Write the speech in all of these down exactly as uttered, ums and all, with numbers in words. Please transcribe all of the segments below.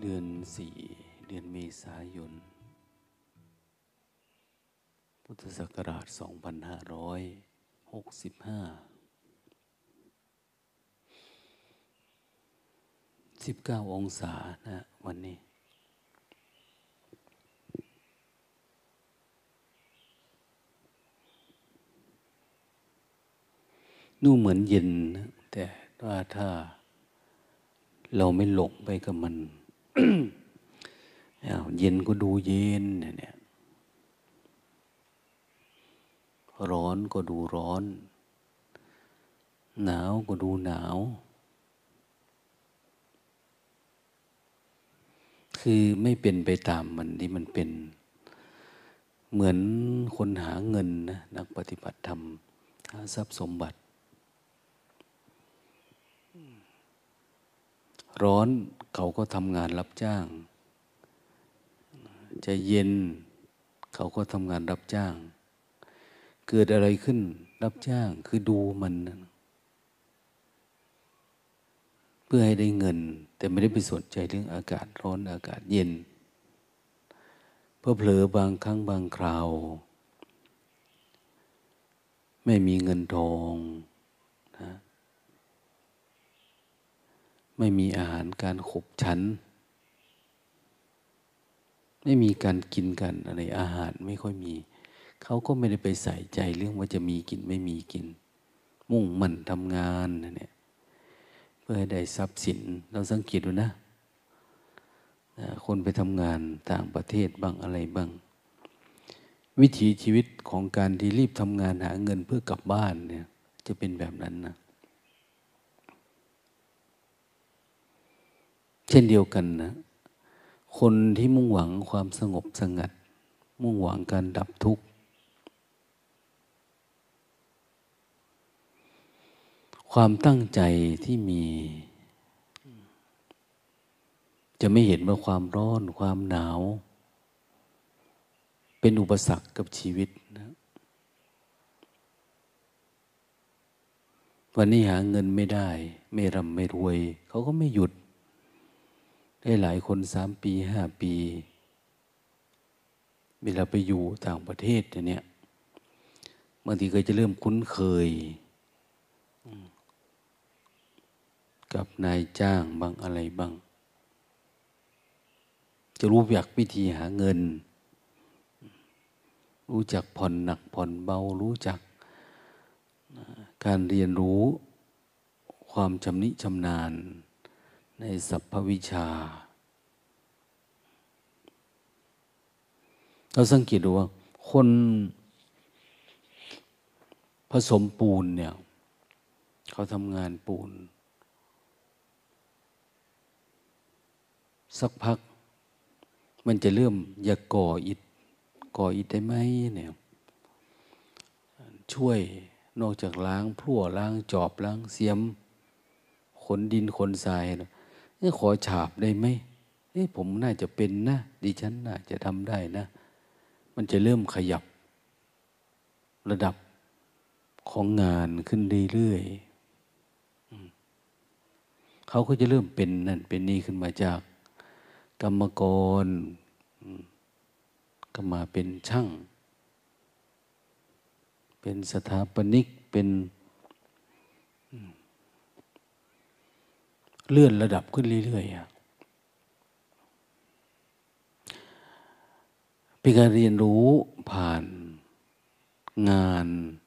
เดือนสี่เดือนเมษายนพุทธศักราชสองพันห้าร้อยหกสิบห้าสิบเก้าองศานะวันนี้นู่เหมือนเย็นนะแต่ว่าถ้าเราไม่หลงไปกับมัน เย็นก็ดูเย็นเนี่ยร้อนก็ดูร้อนหนาวก็ดูหนาวคือไม่เป็นไปตามมันที่มันเป็นเหมือนคนหาเงินนะนักปฏิบัติธรรมหาทรัพย์สมบัติร้อนเขาก็ทำงานรับจ้างจะเย็นเขาก็ทำงานรับจ้างเกิดอะไรขึ้นรับจ้างคือดูมันนะเพื่อให้ได้เงินแต่ไม่ได้ไปสนใจเรื่องอากาศร้อนอากาศเย็นเพอเผลอบางครั้งบางคราวไม่มีเงินทองนะไม่มีอาหารการขบฉันไม่มีการกินกันอะไรอาหารไม่ค่อยมีเขาก็ไม่ได้ไปใส่ใจเรื่องว่าจะมีกินไม่มีกินมุ่งมั่นทำงานนะเนี่ยเพื่อให้ได้ทรัพย์สินเราสังเกตดูนะคนไปทำงานต่างประเทศบ้างอะไรบ้างวิถีชีวิตของการที่รีบทำงานหาเงินเพื่อกลับบ้านเนี่ยจะเป็นแบบนั้นนะเช่นเดียวกันนะคนที่มุ่งหวังความสงบสงัดมุ่งหวังการดับทุกข์ความตั้งใจที่มีจะไม่เห็นว่าความร้อนความหนาวเป็นอุปสรรคกับชีวิตนะวันนี้หาเงินไม่ได้ไม่ร่ำไม่รวยเขาก็ไม่หยุดได้หลายคนสามปีห้าปีเวลาไปอยู่ต่างประเทศเนี่ยบางทีก็จะเริ่มคุ้นเคยกับนายจ้างบางอะไรบางจะรู้จักวิธีหาเงินรู้จักผ่อนหนักผ่อนเบารู้จักการเรียนรู้ความชำนิชำนาญในสรรพวิชาเราสังเกตดูว่าคนผสมปูนเนี่ยเขาทำงานปูนสักพักมันจะเริ่มอยากก่ออิฐก่ออิฐได้ไหมเนี่ยช่วยนอกจากล้างพลั่วล้างจอบล้างเสียมขนดินขนทรายนี่ขอฉาบได้ไหมเอ้ผมน่าจะเป็นนะดิฉันน่าจะทำได้นะมันจะเริ่มขยับระดับของงานขึ้นเรื่อยๆเขาก็จะเริ่มเป็นนั่นเป็นนี่ขึ้นมาจากกรรมกรก็มาเป็นช่างเป็นสถาปนิกเป็นเลื่อนระดับขึ้นเรื่อยๆเป็นการเรียนรู้ผ่านงาน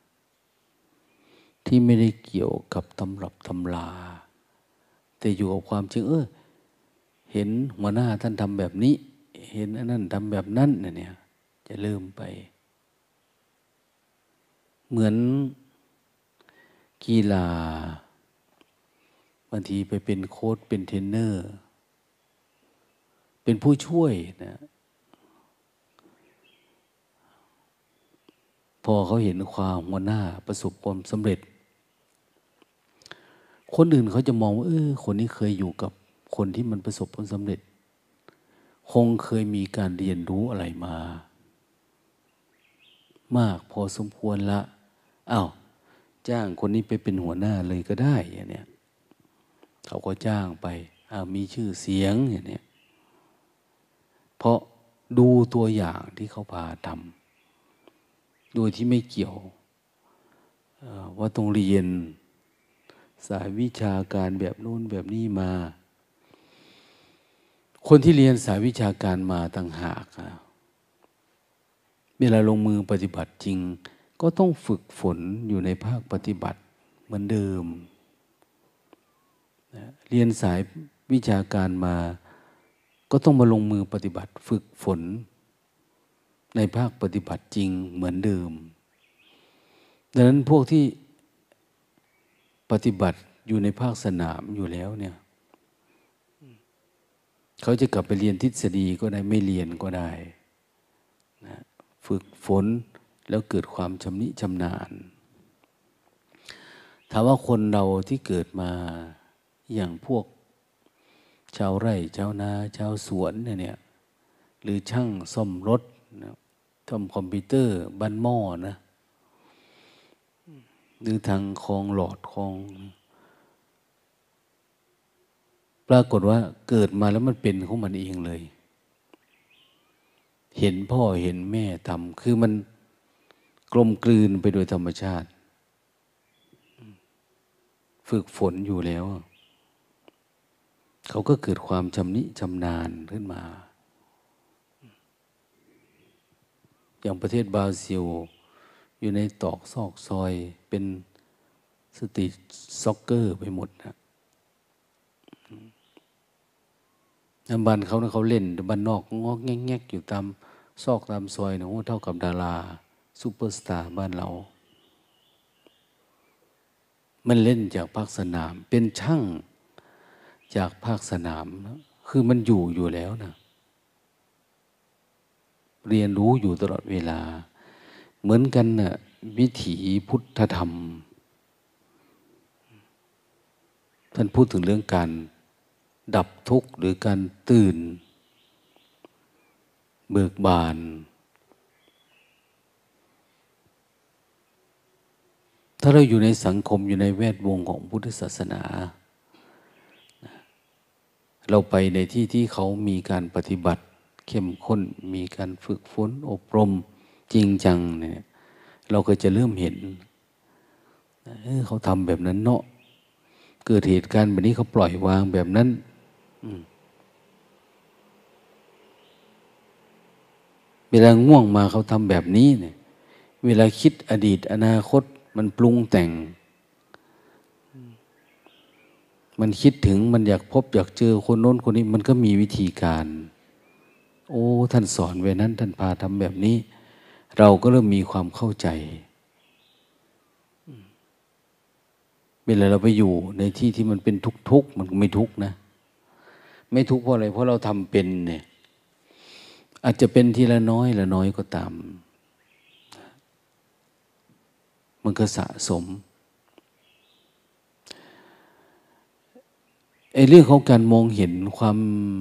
ที่ไม่ได้เกี่ยวกับตำรับตำราแต่อยู่กับความจริงเออเห็นหัวหน้าท่านทำแบบนี้เห็นอันนั้นทำแบบนั้นเนี่ยจะเริ่มไปเหมือนกีฬาบางทีไปเป็นโค้ชเป็นเทรนเนอร์เป็นผู้ช่วยนะพอเขาเห็นความหัวหน้าประสบความสำเร็จคนอื่นเขาจะมองว่าเออคนนี้เคยอยู่กับคนที่มันประสบผลสำเร็จคงเคยมีการเรียนรู้อะไรมามากพอสมควรละอ้าวจ้างคนนี้ไปเป็นหัวหน้าเลยก็ได้อย่างเนี้ยเขาก็จ้างไปอ้าวมีชื่อเสียงอย่างเนี้ยราะดูตัวอย่างที่เขาพาทำโดยที่ไม่เกี่ยวว่าต้องเรียนสายวิชาการแบบนู้นแบบนี้มาคนที่เรียนสายวิชาการมาต่างหากเวลาลงมือปฏิบัติจริงก็ต้องฝึกฝนอยู่ในภาคปฏิบัติเหมือนเดิมเรียนสายวิชาการมาก็ต้องมาลงมือปฏิบัติฝึกฝนในภาคปฏิบัติจริงเหมือนเดิมดังนั้นพวกที่ปฏิบัติอยู่ในภาคสนามอยู่แล้วเนี่ยเขาจะกลับไปเรียนทฤษฎีก็ได้ไม่เรียนก็ได้นะฝึกฝนแล้วเกิดความชำนิชำนาญถามว่าคนเราที่เกิดมาอย่างพวกชาวไร่ชาวนาชาวสวนเนี่ยหรือช่างซ่อมรถนะทำคอมพิวเตอร์บ้านหม้อนะหรือทางคลองหลอดคลองปรากฏว่าเกิดมาแล้วมันเป็นของมันเองเลยเห็นพ่อเห็นแม่ทำคือมันกลมกลืนไปโดยธรรมชาติฝึกฝนอยู่แล้วเขาก็เกิดความชำนิชำนาญขึ้นมาอย่างประเทศบราซิลอยู่ในตอกซอกซอยเป็นสตรีทซ็อกเกอร์ไปหมดนะบ้านเขาเนี่ยเขาเล่นบ้านนอกงอกแงกๆอยู่ตามซอกตามซอยนะโอ้เท่ากับดาราซูเปอร์สตาร์บ้านเรามันเล่นจากภาคสนามเป็นช่างจากภาคสนามคือมันอยู่อยู่แล้วนะเรียนรู้อยู่ตลอดเวลาเหมือนกันนะ่ะวิถีพุทธธรรมท่านพูดถึงเรื่องการดับทุกข์หรือการตื่นเบิกบานถ้าเราอยู่ในสังคมอยู่ในแวดวงของพุทธศาสนาเราไปในที่ที่เขามีการปฏิบัติเข้มข้นมีการฝึกฝนอบรมจริงจังเนี่ยเราก็จะเริ่มเห็นเออเขาทำแบบนั้นเนาะเกิดเหตุการณ์แบบนี้เขาปล่อยวางแบบนั้นเวลาง่วงมาเขาทำแบบนี้เนี่ยเวลาคิดอดีตอนาคตมันปรุงแต่งมันคิดถึงมันอยากพบอยากเจอคนโน้นคนนี้มันก็มีวิธีการโอ้ท่านสอนไว้นั้นท่านพาทำแบบนี้เราก็เริ่มมีความเข้าใจเวลาเราไปอยู่ในที่ที่มันเป็นทุกข์ๆมันไม่ทุกข์นะไม่ทุกข์เพราะอะไรเพราะเราทำเป็นเนี่ยอาจจะเป็นทีละน้อยละน้อยก็ตามมันก็สะสมไอ้เรื่องของการมองเห็นความ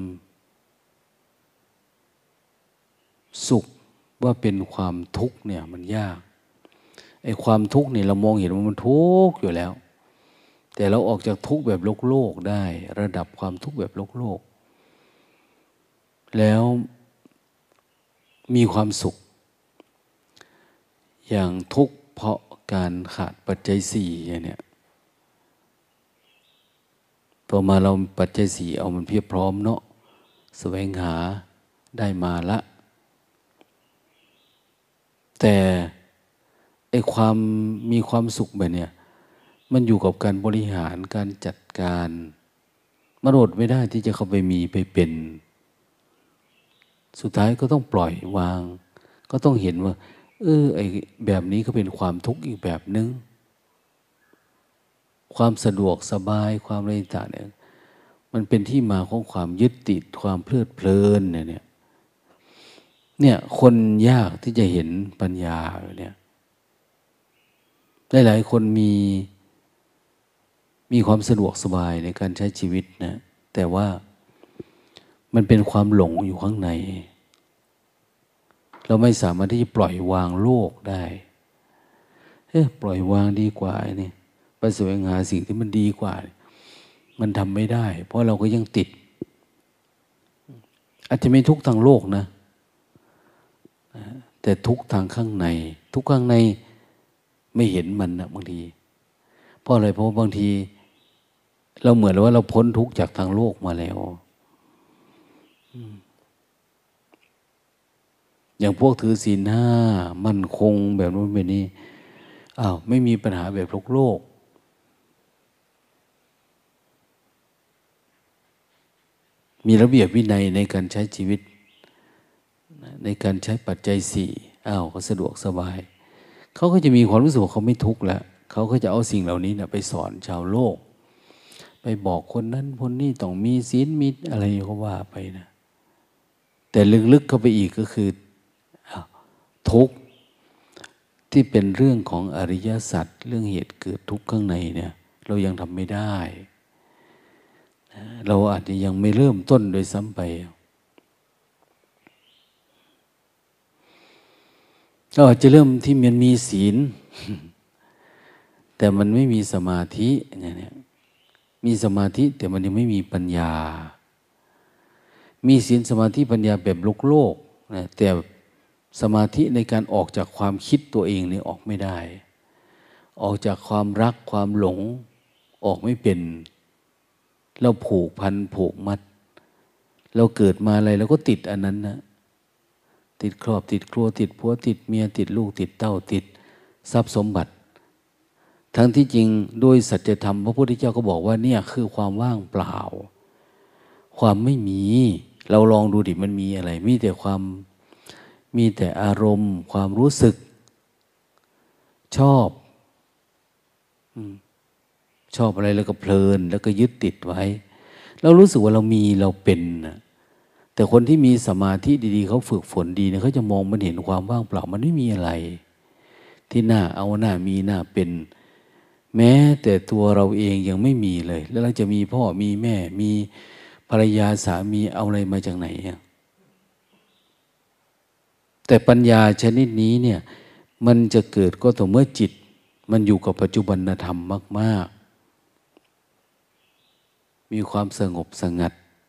สุขว่าเป็นความทุกข์เนี่ยมันยากไอ้ความทุกข์เนี่ยเรามองเห็นว่ามันทุกข์อยู่แล้วแต่เราออกจากทุกข์แบบโลกโลกได้ระดับความทุกข์แบบโลกโลกแล้วมีความสุขอย่างทุกข์เพราะการขาดปัจจัยสี่เนี่ยต่อมาเราปัจจัยสี่เอามันเพียบพร้อมเนาะแสวงหาได้มาละแต่ไอ้ความมีความสุขแบบเนี้ยมันอยู่กับการบริหารการจัดการมันอดไม่ได้ที่จะเข้าไปมีไปเป็นสุดท้ายก็ต้องปล่อยวางก็ต้องเห็นว่าเออไอ้แบบนี้ก็เป็นความทุกข์อีกแบบนึงความสะดวกสบายความอะไรต่างเนี่ยมันเป็นที่มาของความยึดติดความเพลิดเพลินเนี่ยเนี่ยเนี่ยคนยากที่จะเห็นปัญญาเนี่ยหลายๆคนมีมีความสะดวกสบายในการใช้ชีวิตนะแต่ว่ามันเป็นความหลงอยู่ข้างในเราไม่สามารถที่จะปล่อยวางโลกได้เฮ้ยปล่อยวางดีกว่านี่ไปแสวงหาสิ่งที่มันดีกว่ามันทำไม่ได้เพราะเราก็ยังติดอาจจะไม่ทุกข์ทางโลกนะแต่ทุกข์ทางข้างในทุกข์ข้างในไม่เห็นมันนะบางทีเพราะอะไรเพราะบางทีเราเหมือนว่าเราพ้นทุกข์จากทางโลกมาแล้วอย่างพวกถือศีลห้ามั่นคงแบบนู้นแบบนี้อ้าวไม่มีปัญหาแบบโลกโลกมีระเบียบวินัยในการใช้ชีวิตในการใช้ปัจจัยสี่อ้าวก็สะดวกสบายเขาก็จะมีความรู้สึกว่าเขาไม่ทุกข์แล้วเขาก็จะเอาสิ่งเหล่านี้นะไปสอนชาวโลกไปบอกคนนั้นคนนี้ต้องมีศีลมีอะไรก็ว่าไปนะแต่ลึกๆเข้าไปอีกก็คือทุกข์ที่เป็นเรื่องของอริยสัจเรื่องเหตุเกิดทุกข์ข้างในเนี่ยเรายังทำไม่ได้เราอาจจะยังไม่เริ่มต้นโดยซ้ำไปเราอาจจะเริ่มที่มันมีศีลแต่มันไม่มีสมาธิเนี่ยมีสมาธิแต่มันยังไม่มีปัญญามีศีลสมาธิปัญญาแบบโลกโลกนะแต่สมาธิในการออกจากความคิดตัวเองนี่ออกไม่ได้ออกจากความรักความหลงออกไม่เป็นเราผูกพันผูกมัดเราเกิดมาอะไรเราก็ติดอันนั้นนะติดครอบติดครัวติดผัวติดเมียติดลูกติดเต้าติดทรัพย์สมบัติทั้งที่จริงโดยสัจธรรมพระพุทธเจ้าก็บอกว่าเนี่ยคือความว่างเปล่าความไม่มีเราลองดูดิมันมีอะไรมีแต่ความมีแต่อารมณ์ความรู้สึกชอบชอบอะไรแล้วก็เพลินแล้วก็ยึดติดไว้เรารู้สึกว่าเรามีเราเป็นนะแต่คนที่มีสมาธิดีๆเขาฝึกฝนดีเนี่ยเขาจะมองมันเห็นความว่างเปล่ามันไม่มีอะไรที่น่าเอาหน้ามีหน้าเป็นแม้แต่ตัวเราเองยังไม่มีเลยแล้วเราจะมีพ่อมีแม่มีภรรยาสามีเอาอะไรมาจากไหนแต่ปัญญาชนิดนี้เนี่ยมันจะเกิดก็ต่อเมื่อจิตมันอยู่กับปัจจุบันธรรมมากๆมีความสงบสงัด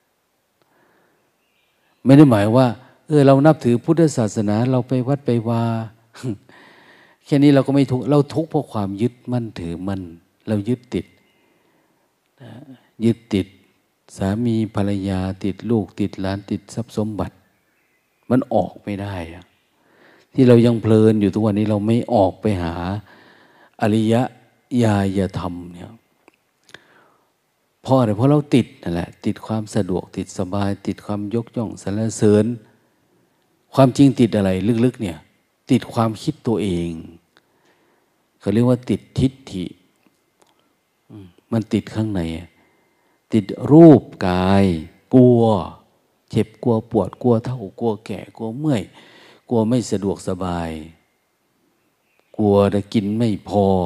ไม่ได้หมายว่าเออเรานับถือพุทธศาสนาเราไปวัดไปวาแค่นี้เราก็ไม่ทุกข์เราทุกข์เพราะความยึดมั่นถือมั่นเรายึดติดยึดติดสามีภรรยาติดลูกติดหลานติดทรัพย์สมบัติมันออกไม่ได้อะที่เรายังเพลินอยู่ทุกวันนี้เราไม่ออกไปหาอริยญาณธรรมเนี่ยเพราะอะไรเพราะเราติดนั่นแหละติดความสะดวกติดสบายติดความยกย่องสรรเสริญความจริงติดอะไรลึกๆเนี่ยติดความคิดตัวเองเขาเรียกว่าติดทิฏฐิมันติดข้างในติดรูปกายกลัวเจ็บกลัวปวดกลัวเฒ่ากลัวแก่กลัวเมื่อยกลัวไม่สะดวกสบายกลัวจะกินไม่พอ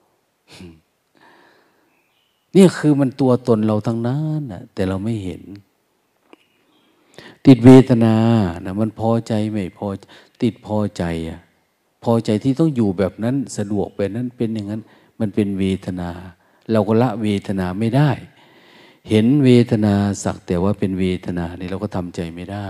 นี่คือมันตัวตนเราทั้งนั้นนะแต่เราไม่เห็นติดเวทนานะมันพอใจไม่พอติดพอใจอ่ะพอใจที่ต้องอยู่แบบนั้นสะดวกแบบนั้นเป็นอย่างนั้นมันเป็นเวทนาเราก็ละเวทนาไม่ได้เห็นเวทนาสักแต่ว่าเป็นเวทนานี่เราก็ทำใจไม่ได้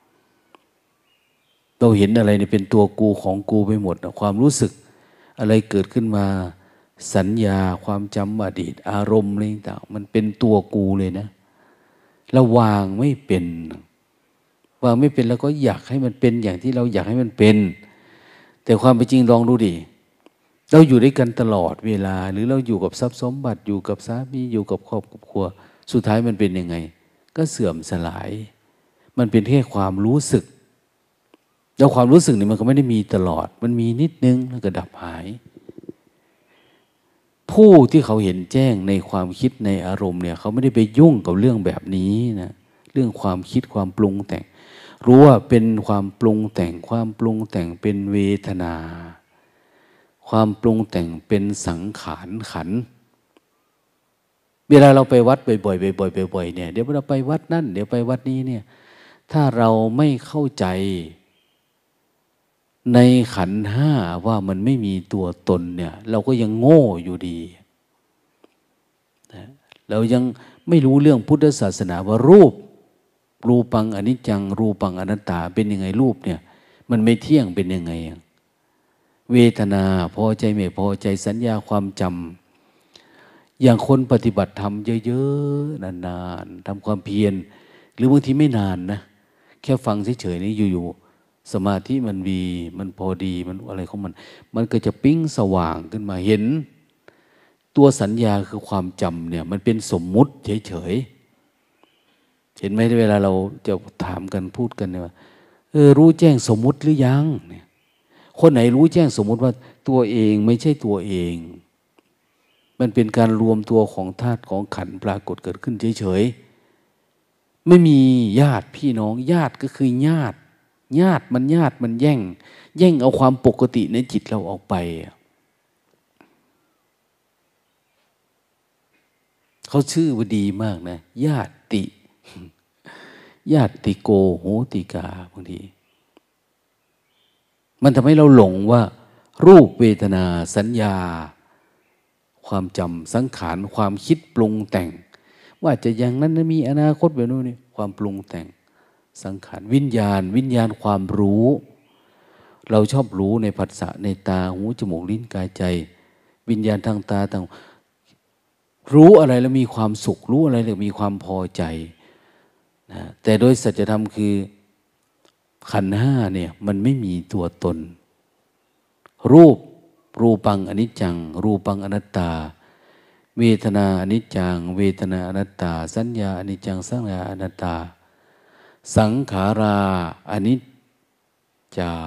เราเห็นอะไรเนี่ยเป็นตัวกูของกูไปหมดนะความรู้สึกอะไรเกิดขึ้นมาสัญญาความจำอดีตอารมณ์อะไรต่างมันเป็นตัวกูเลยนะเราวางไม่เป็นวางไม่เป็นแล้วก็อยากให้มันเป็นอย่างที่เราอยากให้มันเป็นแต่ความเป็นจริงลองดูดิเราอยู่ด้วยกันตลอดเวลาหรือเราอยู่กับทรัพย์สมบัติอยู่กับสามีอยู่กับครอบครัวสุดท้ายมันเป็นยังไงก็เสื่อมสลายมันเป็นแค่ความรู้สึกแล้วความรู้สึกนี่มันก็ไม่ได้มีตลอดมันมีนิดนึงแล้วก็ดับหายผู้ที่เขาเห็นแจ้งในความคิดในอารมณ์เนี่ยเขาไม่ได้ไปยุ่งกับเรื่องแบบนี้นะเรื่องความคิดความปรุงแต่งรู้ว่าเป็นความปรุงแต่งความปรุงแต่งเป็นเวทนาความปรุงแต่งเป็นสังขารขันธ์เวลาเราไปวัดบ่อยๆบ่อยๆบ่อยๆเนี่ยเดี๋ยวเราไปวัดนั่นเดี๋ยวไปวัดนี้เนี่ยถ้าเราไม่เข้าใจในขันธ์ห้าว่ามันไม่มีตัวตนเนี่ยเราก็ยังโง่อยู่ดีนะเรายังไม่รู้เรื่องพุทธศาสนาว่ารูปรูปังอนิจจังรูปังอนัตตาเป็นยังไงรูปเนี่ยมันไม่เที่ยงเป็นยังไงเวทนาพอใจไม่พอใจสัญญาความจำอย่างคนปฏิบัติธรรมเยอะๆนานๆทำความเพียรหรือบางทีไม่นานนะแค่ฟังเฉยๆนี่อยู่ๆสมาธิมันมีมันพอดีมันอะไรของมันมันก็จะปิ้งสว่างขึ้นมาเห็นตัวสัญญาคือความจำเนี่ยมันเป็นสมมุติเฉยๆเห็นไหมเวลาเราจะถามกันพูดกันเนี่ยว่าเออรู้แจ้งสมมุติหรือยังเนี่ยคนไหนรู้แจ้งสมมุติว่าตัวเองไม่ใช่ตัวเองมันเป็นการรวมตัวของธาตุของขันธ์ปรากฏเกิดขึ้นเฉยๆไม่มีญาติพี่น้องญาติก็คือญาติญาติมันญาติมันแย่งแย่งเอาความปกติในจิตเราออกไปเขาชื่อว่าดีมากนะญาติญาติโกโหติกาบางทีมันทำให้เราหลงว่ารูปเวทนาสัญญาความจำสังขารความคิดปรุงแต่งว่าจะอย่างนั้นมีอนาคตแบบนู้นนี่ความปรุงแต่งสังขารวิญญาณวิญญาณความรู้เราชอบรู้ในผัสสะในตาหูจมูกลิ้นกายใจวิญญาณทางตาทางรู้อะไรแล้วมีความสุขรู้อะไรแล้วมีความพอใจนะแต่โดยสัจธรรมคือขันธ์ห้าเนี่ยมันไม่มีตัวตนรูปรูปังอนิจจังรูปังอนัตตาเวทนาอนิจจังเวทนาอนัตตาสัญญาอนิจจังสัญญาอนัตตาสังขาราอนิจจา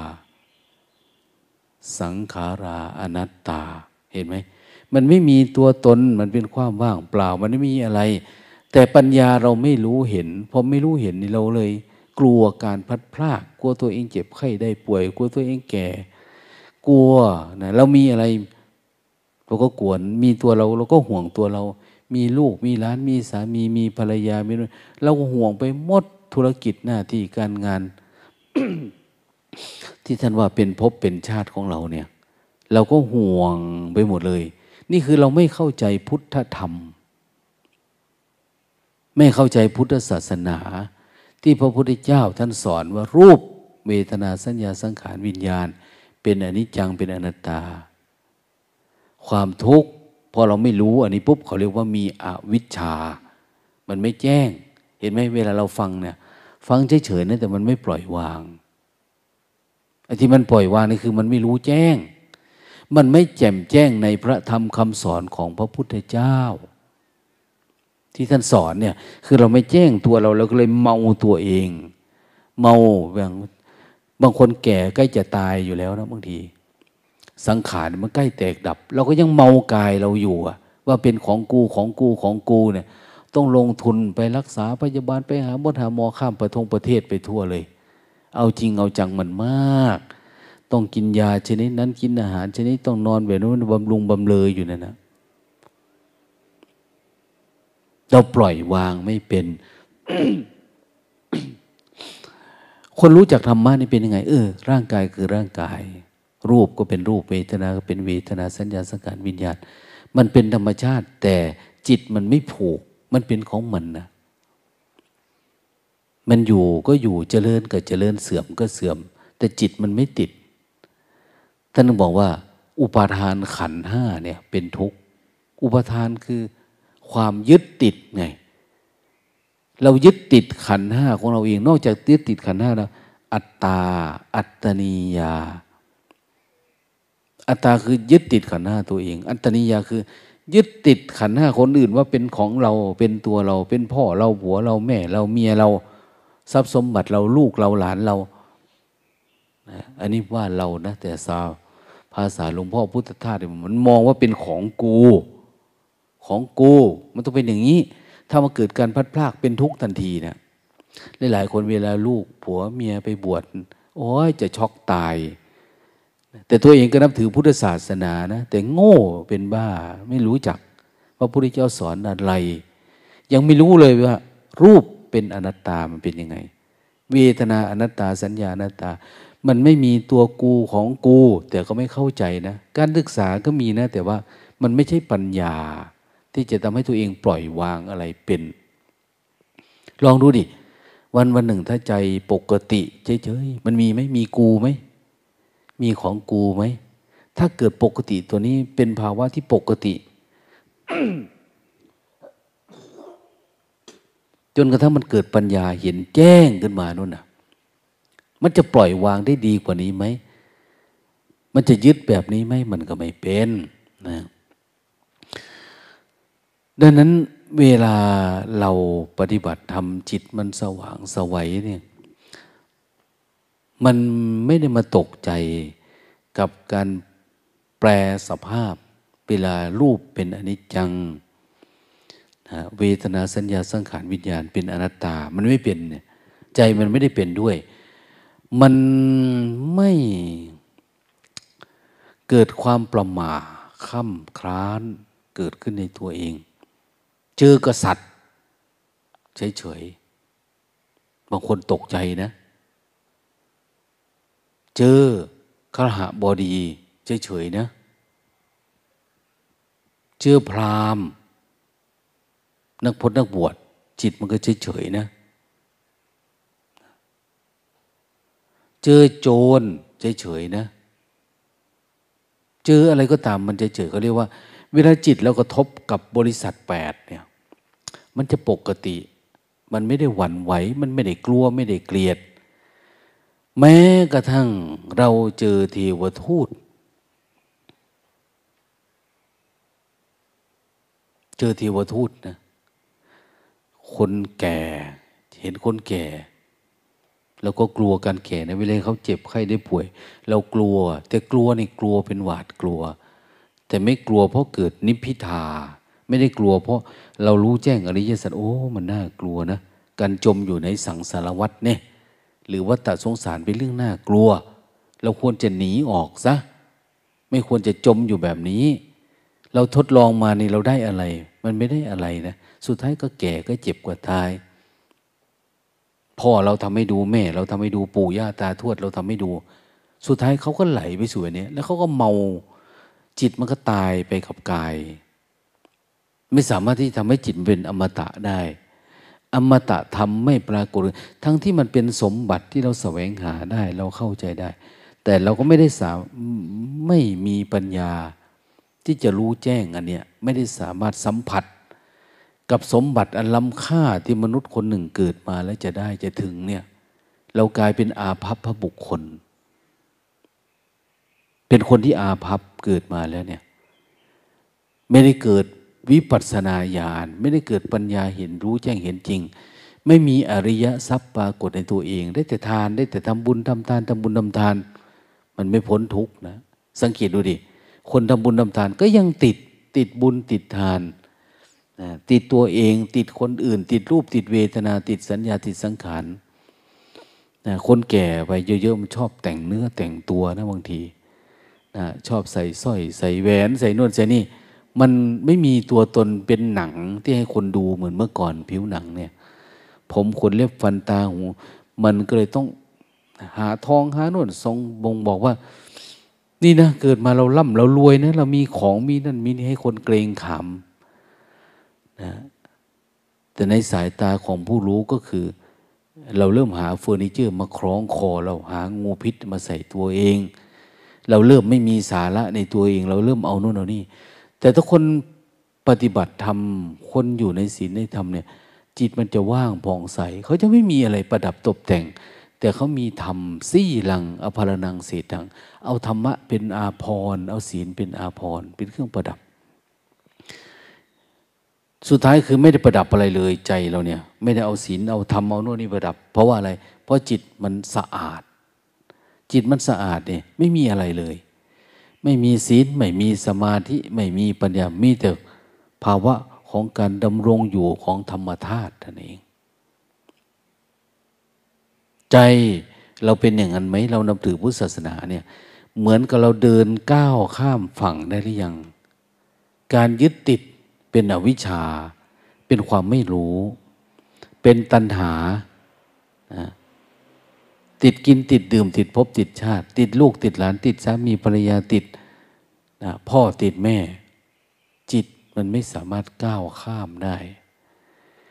สังขาราอนัตตาเห็นไหมมันไม่มีตัวตนมันเป็นความว่างเปล่ามันไม่มีอะไรแต่ปัญญาเราไม่รู้เห็นพอไม่รู้เห็นนี่เราเลยกลัวการพลัดพรากกลัวตัวเองเจ็บไข้ได้ป่วยกลัวตัวเองแก่กลัวนะเรามีอะไรเราก็กลัวมีตัวเราเราก็ห่วงตัวเรามีลูกมีหลานมีสามีมีภรรยามีเราก็ห่วงไปหมดธุรกิจหน้าที่การงาน ที่ท่านว่าเป็นภพเป็นชาติของเราเนี่ยเราก็ห่วงไปหมดเลยนี่คือเราไม่เข้าใจพุทธธรรมไม่เข้าใจพุทธศาสนาที่พระพุทธเจ้าท่านสอนว่ารูปเวทนาสัญญาสังขารวิญญาณเป็นอนิจจังเป็นอนัตตาความทุกข์พอเราไม่รู้อันนี้ปุ๊บเขาเรียกว่ามีอวิชชามันไม่แจ้งเห็นไหมเวลาเราฟังเนี่ยฟังเฉยๆนะแต่มันไม่ปล่อยวางไอ้ที่มันปล่อยวางนี่คือมันไม่รู้แจ้งมันไม่แจ่มแจ้งในพระธรรมคำสอนของพระพุทธเจ้าที่ท่านสอนเนี่ยคือเราไม่แจ้งตัวเราเราก็เลยเมาตัวเองเมาอย่างบางคนแก่ใกล้จะตายอยู่แล้วนะบางทีสังขารมันใกล้แตกดับเราก็ยังเมากายเราอยู่ว่าเป็นของกูของกูของกูเนี่ยต้องลงทุนไปรักษาพยาบาลไปหาหมอหาหมอข้ามประทงประเทศไปทั่วเลยเอาจริงเอาจังมันมากต้องกินยาชนิดนั้นกินอาหารชนิดต้องนอนแบบนั้นบำรุงบำเรออยู่นั่นนะเราปล่อยวางไม่เป็น คนรู้จักธรรมะนี่เป็นยังไงเออร่างกายคือร่างกายรูปก็เป็นรูปเวทนาก็เป็นเวทนาสัญญาสังขารวิญญาณมันเป็นธรรมชาติแต่จิตมันไม่ผูกมันเป็นของมันนะมันอยู่ก็อยู่เจริญก็เจริญเสื่อมก็เสื่อมแต่จิตมันไม่ติดท่านบอกว่าอุปาทานขันธ์ห้าเนี่ยเป็นทุกข์อุปาทานคือความยึดติดไงเรายึดติดขันธ์ห้าของเราเองนอกจากยึดติดขันธ์ห้าแล้วอัตตาอัตตนียาอัตตาคือยึดติดขันธ์ห้าตัวเองอัตตนียาคือยึดติดขันธ์ห้าคนอื่นว่าเป็นของเราเป็นตัวเราเป็นพ่อเราผัวเราแม่เราเมียเราทรัพย์สมบัติเราลูกเราหลานเรานะอันนี้ว่าเรานะแต่ซาภาษาหลวงพ่อพุทธทาสมันมองว่าเป็นของกูของกูมันต้องเป็นอย่างนี้ถ้ามาเกิดการพลัดพรากเป็นทุกข์ทันทีนะหลายๆคนเวลาลูกผัวเมียไปบวชโอ้ยจะช็อกตายแต่ตัวเองก็นับถือพุทธศาสนานะแต่โง่เป็นบ้าไม่รู้จักว่าพระพุทธเจ้าสอนอะไรยังไม่รู้เลยว่ารูปเป็นอนัตตามันเป็นยังไงเวทนาอนัตตาสัญญาอนัตตามันไม่มีตัวกูของกูแต่ก็ไม่เข้าใจนะการศึกษาก็มีนะแต่ว่ามันไม่ใช่ปัญญาที่จะทำให้ตัวเองปล่อยวางอะไรเป็นลองดูดิวันวันหนึ่งถ้าใจปกติเฉยๆมันมีไหมมีกูไหมมีของกูไหมถ้าเกิดปกติตัวนี้เป็นภาวะที่ปกติ จนกระทั่งมันเกิดปัญญาเห็นแจ้งขึ้นมานู่นน่ะมันจะปล่อยวางได้ดีกว่านี้ไหมมันจะยึดแบบนี้ไหมมันก็ไม่เป็นนะดังนั้นเวลาเราปฏิบัติธรรมจิตมันสว่างไสวเนี่ยมันไม่ได้มาตกใจกับการแปลสภาพเวลารูปเป็นอนิจจังเวทนาสัญญาสังขารวิญญาณเป็นอนัตตามันไม่เป็นเนี่ยใจมันไม่ได้เป็นด้วยมันไม่เกิดความประหม่าค่ำคร้านเกิดขึ้นในตัวเองเจอกษัตริย์เฉยๆบางคนตกใจนะเจอคฤหบดีเฉยๆนะเจอพราหมณ์นักพจน์นักบวชจิตมันก็เฉยๆนะเจอโจรเฉยๆนะเจออะไรก็ตามมันเฉยๆเขาเรียกว่าเวลาจิตเรากระทบกับบริษัทแปดเนี่ยมันจะปกติมันไม่ได้หวั่นไหวมันไม่ได้กลัวไม่ได้เกลียดแม้กระทั่งเราเจอเทวทูตเจอเทวทูตนะคนแก่เห็นคนแก่เราก็กลัวการแก่นะเวลาเขาเจ็บไข้ได้ป่วยเรากลัวแต่กลัวนี่กลัวเป็นหวาดกลัวแต่ไม่กลัวเพราะเกิดนิพพิทาไม่ได้กลัวเพราะเรารู้แจ้งอริยสัจโอ้มันน่ากลัวนะการจมอยู่ในสังสารวัฏเนี่ยหรือวัฏฏะสงสารเป็นเรื่องน่ากลัวเราควรจะหนีออกซะไม่ควรจะจมอยู่แบบนี้เราทดลองมานี่เราได้อะไรมันไม่ได้อะไรนะสุดท้ายก็แก่ก็เจ็บกว่าตายพ่อเราทำให้ดูแม่เราทำให้ดูปู่ย่าตาทวดเราทำให้ดูสุดท้ายเขาก็ไหลไปสู่อันนี้แล้วเขาก็เมาจิตมันก็ตายไปกับกายไม่สามารถที่ทำให้จิตเป็นอมตะได้อมตะธรรมไม่ปรากฏทั้งที่มันเป็นสมบัติที่เราแสวงหาได้เราเข้าใจได้แต่เราก็ไม่ได้สามไม่มีปัญญาที่จะรู้แจ้งอันเนี้ยไม่ได้สามารถสัมผัสกับสมบัติอันล้ำค่าที่มนุษย์คนหนึ่งเกิดมาแล้วจะได้จะถึงเนี่ยเรากลายเป็นอาภัพพบุคคลเป็นคนที่อาภัพเกิดมาแล้วเนี่ยไม่ได้เกิดวิปัสสนาญาณไม่ได้เกิดปัญญาเห็นรู้แจ้งเห็นจริงไม่มีอริยทรัพย์ปรากฏในตัวเองได้แต่ทานได้แต่ทำบุญทำทานทำบุญทำทานมันไม่พ้นทุกข์นะสังเกตดูดิคนทำบุญทำทานก็ยังติดติดบุญติดทานนะติดตัวเองติดคนอื่นติดรูปติดเวทนาติดสัญญาติดสังขารนะคนแก่ไปเยอะๆมันชอบแต่งเนื้อแต่งตัวนะบางทีนะชอบใส่สร้อยใส่แหวนใส่นวดใส่นี่มันไม่มีตัวตนเป็นหนังที่ให้คนดูเหมือนเมื่อก่อนผิวหนังเนี่ยผมขนเล็บฟันตาหูมันก็เลยต้องหาทองหาโน่นทรงบ่งบอกว่านี่นะเกิดมาเราร่ำเรารวยนะเรามีของมีนั่นมีนี่ให้คนเกรงขามนะแต่ในสายตาของผู้รู้ก็คือเราเริ่มหาเฟอร์นิเจอร์มาคล้องคอเราหางูพิษมาใส่ตัวเองเราเริ่มไม่มีสาระในตัวเองเราเริ่มเอาโน่นเอานี่แต่ถ้าคนปฏิบัติธรรมคนอยู่ในศีลในธรรมเนี่ยจิตมันจะว่างผ่องใสเขาจะไม่มีอะไรประดับตกแต่งแต่เขามีธรรมสี่ลังอภรนังเศษทังเอาธรรมะเป็นอาภรณ์เอาศีลเป็นอาภรณ์เป็นเครื่องประดับสุดท้ายคือไม่ได้ประดับอะไรเลยใจเราเนี่ยไม่ได้เอาศีลเอาธรรมเอาโน่นนี่ประดับเพราะว่าอะไรเพราะจิตมันสะอาดจิตมันสะอาดเนี่ยไม่มีอะไรเลยไม่มีศีลไม่มีสมาธิไม่มีปัญญามีแต่ภาวะของการดำรงอยู่ของธรรมธาตุนั่นเองใจเราเป็นอย่างนั้นไหมเรานับถือพุทธศาสนาเนี่ยเหมือนกับเราเดินก้าวข้ามฝั่งได้หรือยังการยึดติดเป็นอวิชชาเป็นความไม่รู้เป็นตัณหาติดกินติดดื่มติดภพติดชาติติดลูกติดหลานติดสามีภรรยาติดพ่อติดแม่จิตมันไม่สามารถก้าวข้ามได้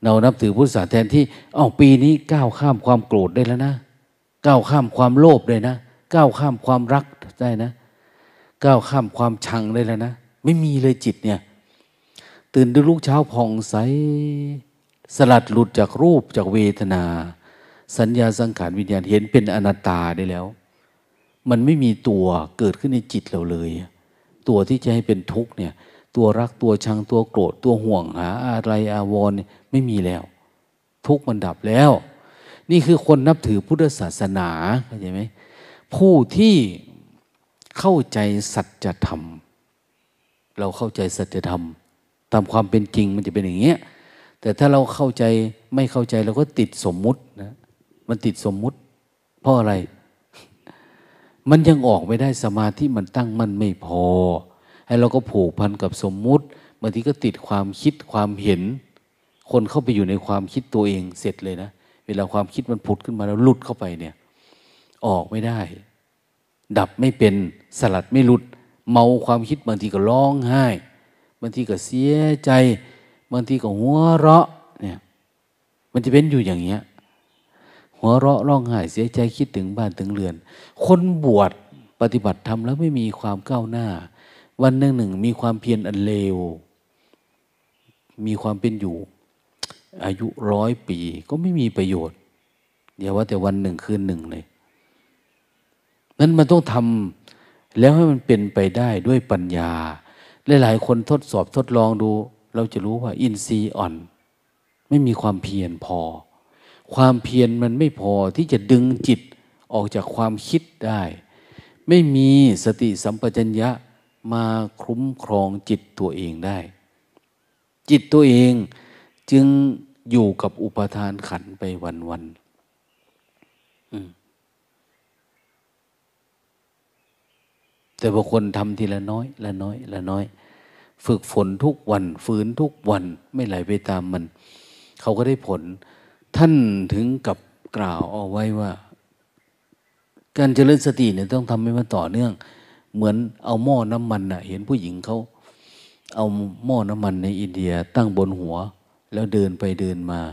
เรานับถือพุทธศาสนาแทนที่อ้าวปีนี้ก้าวข้ามความโกรธได้แล้วนะก้าวข้ามความโลภได้นะก้าวข้ามความรักได้นะก้าวข้ามความชังได้แล้วนะไม่มีเลยจิตเนี่ยตื่นด้วยลูกเช้าผ่องใสสลัดหลุดจากรูปจากเวทนาสัญญาสังขารวิญญาณเห็นเป็นอนัตตาได้แล้วมันไม่มีตัวเกิดขึ้นในจิตเราเลยตัวที่จะให้เป็นทุกข์เนี่ยตัวรักตัวชังตัวโกรธตัวห่วงหาอะไรอาวรณ์ไม่มีแล้วทุกข์มันดับแล้วนี่คือคนนับถือพุทธศาสนาเข้าใจไหมผู้ที่เข้าใจสัจธรรมเราเข้าใจสัจธรรมตามความเป็นจริงมันจะเป็นอย่างเงี้ยแต่ถ้าเราเข้าใจไม่เข้าใจเราก็ติดสมมุตินะมันติดสมมุติเพราะอะไรมันยังออกไม่ได้สมาธิมันตั้งมั่นไม่พอให้เราก็ผูกพันกับสมมุติบางทีก็ติดความคิดความเห็นคนเข้าไปอยู่ในความคิดตัวเองเสร็จเลยนะเวลาความคิดมันผุดขึ้นมาแล้วหลุดเข้าไปเนี่ยออกไม่ได้ดับไม่เป็นสลัดไม่หลุดเมาความคิดบางทีก็ร้องไห้บางทีก็เสียใจบางทีก็หัวเราะเนี่ยมันจะเป็นอยู่อย่างเงี้ยหัวเราะร้องไห้เสียใจคิดถึงบ้านถึงเรือนคนบวชปฏิบัติธรรมแล้วไม่มีความก้าวหน้าวันหนึ่งหนึ่งมีความเพียรอันเลวมีความเป็นอยู่อายุร้อยปีก็ไม่มีประโยชน์อย่าว่าแต่วันหนึ่งคืนหนึ่งเลยนั้นมันต้องทำแล้วให้มันเป็นไปได้ด้วยปัญญาหลายๆคนทดสอบทดลองดูเราจะรู้ว่าอินทรีย์อ่อนไม่มีความเพียรพอความเพียรมันไม่พอที่จะดึงจิตออกจากความคิดได้ไม่มีสติสัมปชัญญะมาคุ้มครองจิตตัวเองได้จิตตัวเองจึงอยู่กับอุปทานขันธ์ไปวันๆแต่บางคนทำทีละน้อยละน้อยละน้อยฝึกฝนทุกวันฝืนทุกวันไม่ไหลไปตามมันเขาก็ได้ผลท่านถึงกับกล่าวเอาไว้ว่าการเจริญสติเนี่ยต้องทำให้มันต่อเนื่องเหมือนเอาหม้อน้ำมันน่ะเห็นผู้หญิงเขาเอาหม้อน้ำมันในอินเดียตั้งบนหัวแล้วเดินไปเดินมา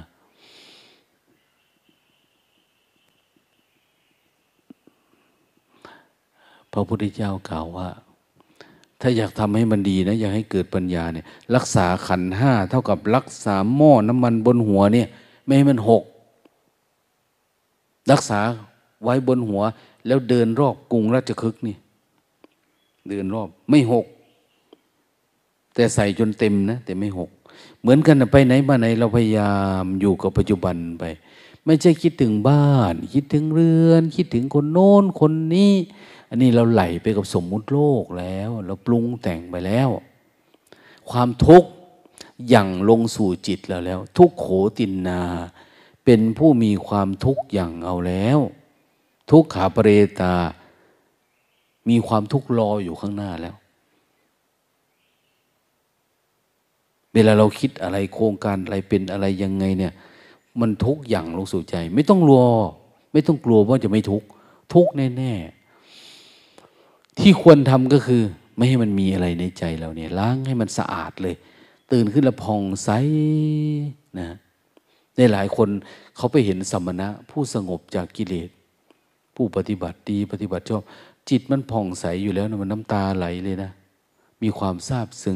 พระพุทธเจ้ากล่าวว่าถ้าอยากทำให้มันดีนะอยากให้เกิดปัญญาเนี่ยรักษาขันธ์ห้าเท่ากับรักษาหม้อน้ำมันบนหัวเนี่ยไม่ให้มันหกรักษาไว้บนหัวแล้วเดินรอบกรุงราชคฤห์นี่เดินรอบไม่หกแต่ใส่จนเต็มนะแต่ไม่หกเหมือนกันไปไหนมาไหนเราพยายามอยู่กับปัจจุบันไปไม่ใช่คิดถึงบ้านคิดถึงเรือนคิดถึงคนโน้นคนนี้อันนี้เราไหลไปกับสมมุติโลกแล้วเราปรุงแต่งไปแล้วความทุกข์อย่างลงสู่จิตเราแล้วทุกโขตินนาเป็นผู้มีความทุกข์อย่างเอาแล้วทุกขาปเรตามีความทุกข์รออยู่ข้างหน้าแล้วเวลาเราคิดอะไรโครงการอะไรเป็นอะไรยังไงเนี่ยมันทุกข์อย่างลงสู่ใจไม่ต้องรอไม่ต้องกลัวว่าจะไม่ทุกข์ทุกข์แน่ๆที่ควรทำก็คือไม่ให้มันมีอะไรในใจเราเนี่ยล้างให้มันสะอาดเลยตื่นขึ้นแล้วผ่องใสนะในหลายคนเขาไปเห็นสมณะผู้สงบจากกิเลสผู้ปฏิบัติดีปฏิบัติชอบจิตมันผ่องใสอยู่แล้วนะมันน้ำตาไหลเลยนะมีความซาบซึ้ง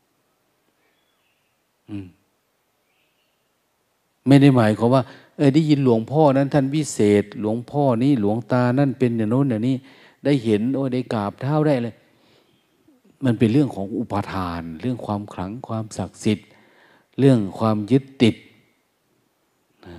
ไม่ได้หมายความว่าเออได้ยินหลวงพ่อนั้นท่านวิเศษหลวงพ่อนี่หลวงตานั่นเป็นอย่างโน้นอย่างนี้ได้เห็นโอ้ได้กราบเท้าได้เลยมันเป็นเรื่องของอุปาทานเรื่องความขลังความศักดิ์สิทธิ์เรื่องความยึดติดนะ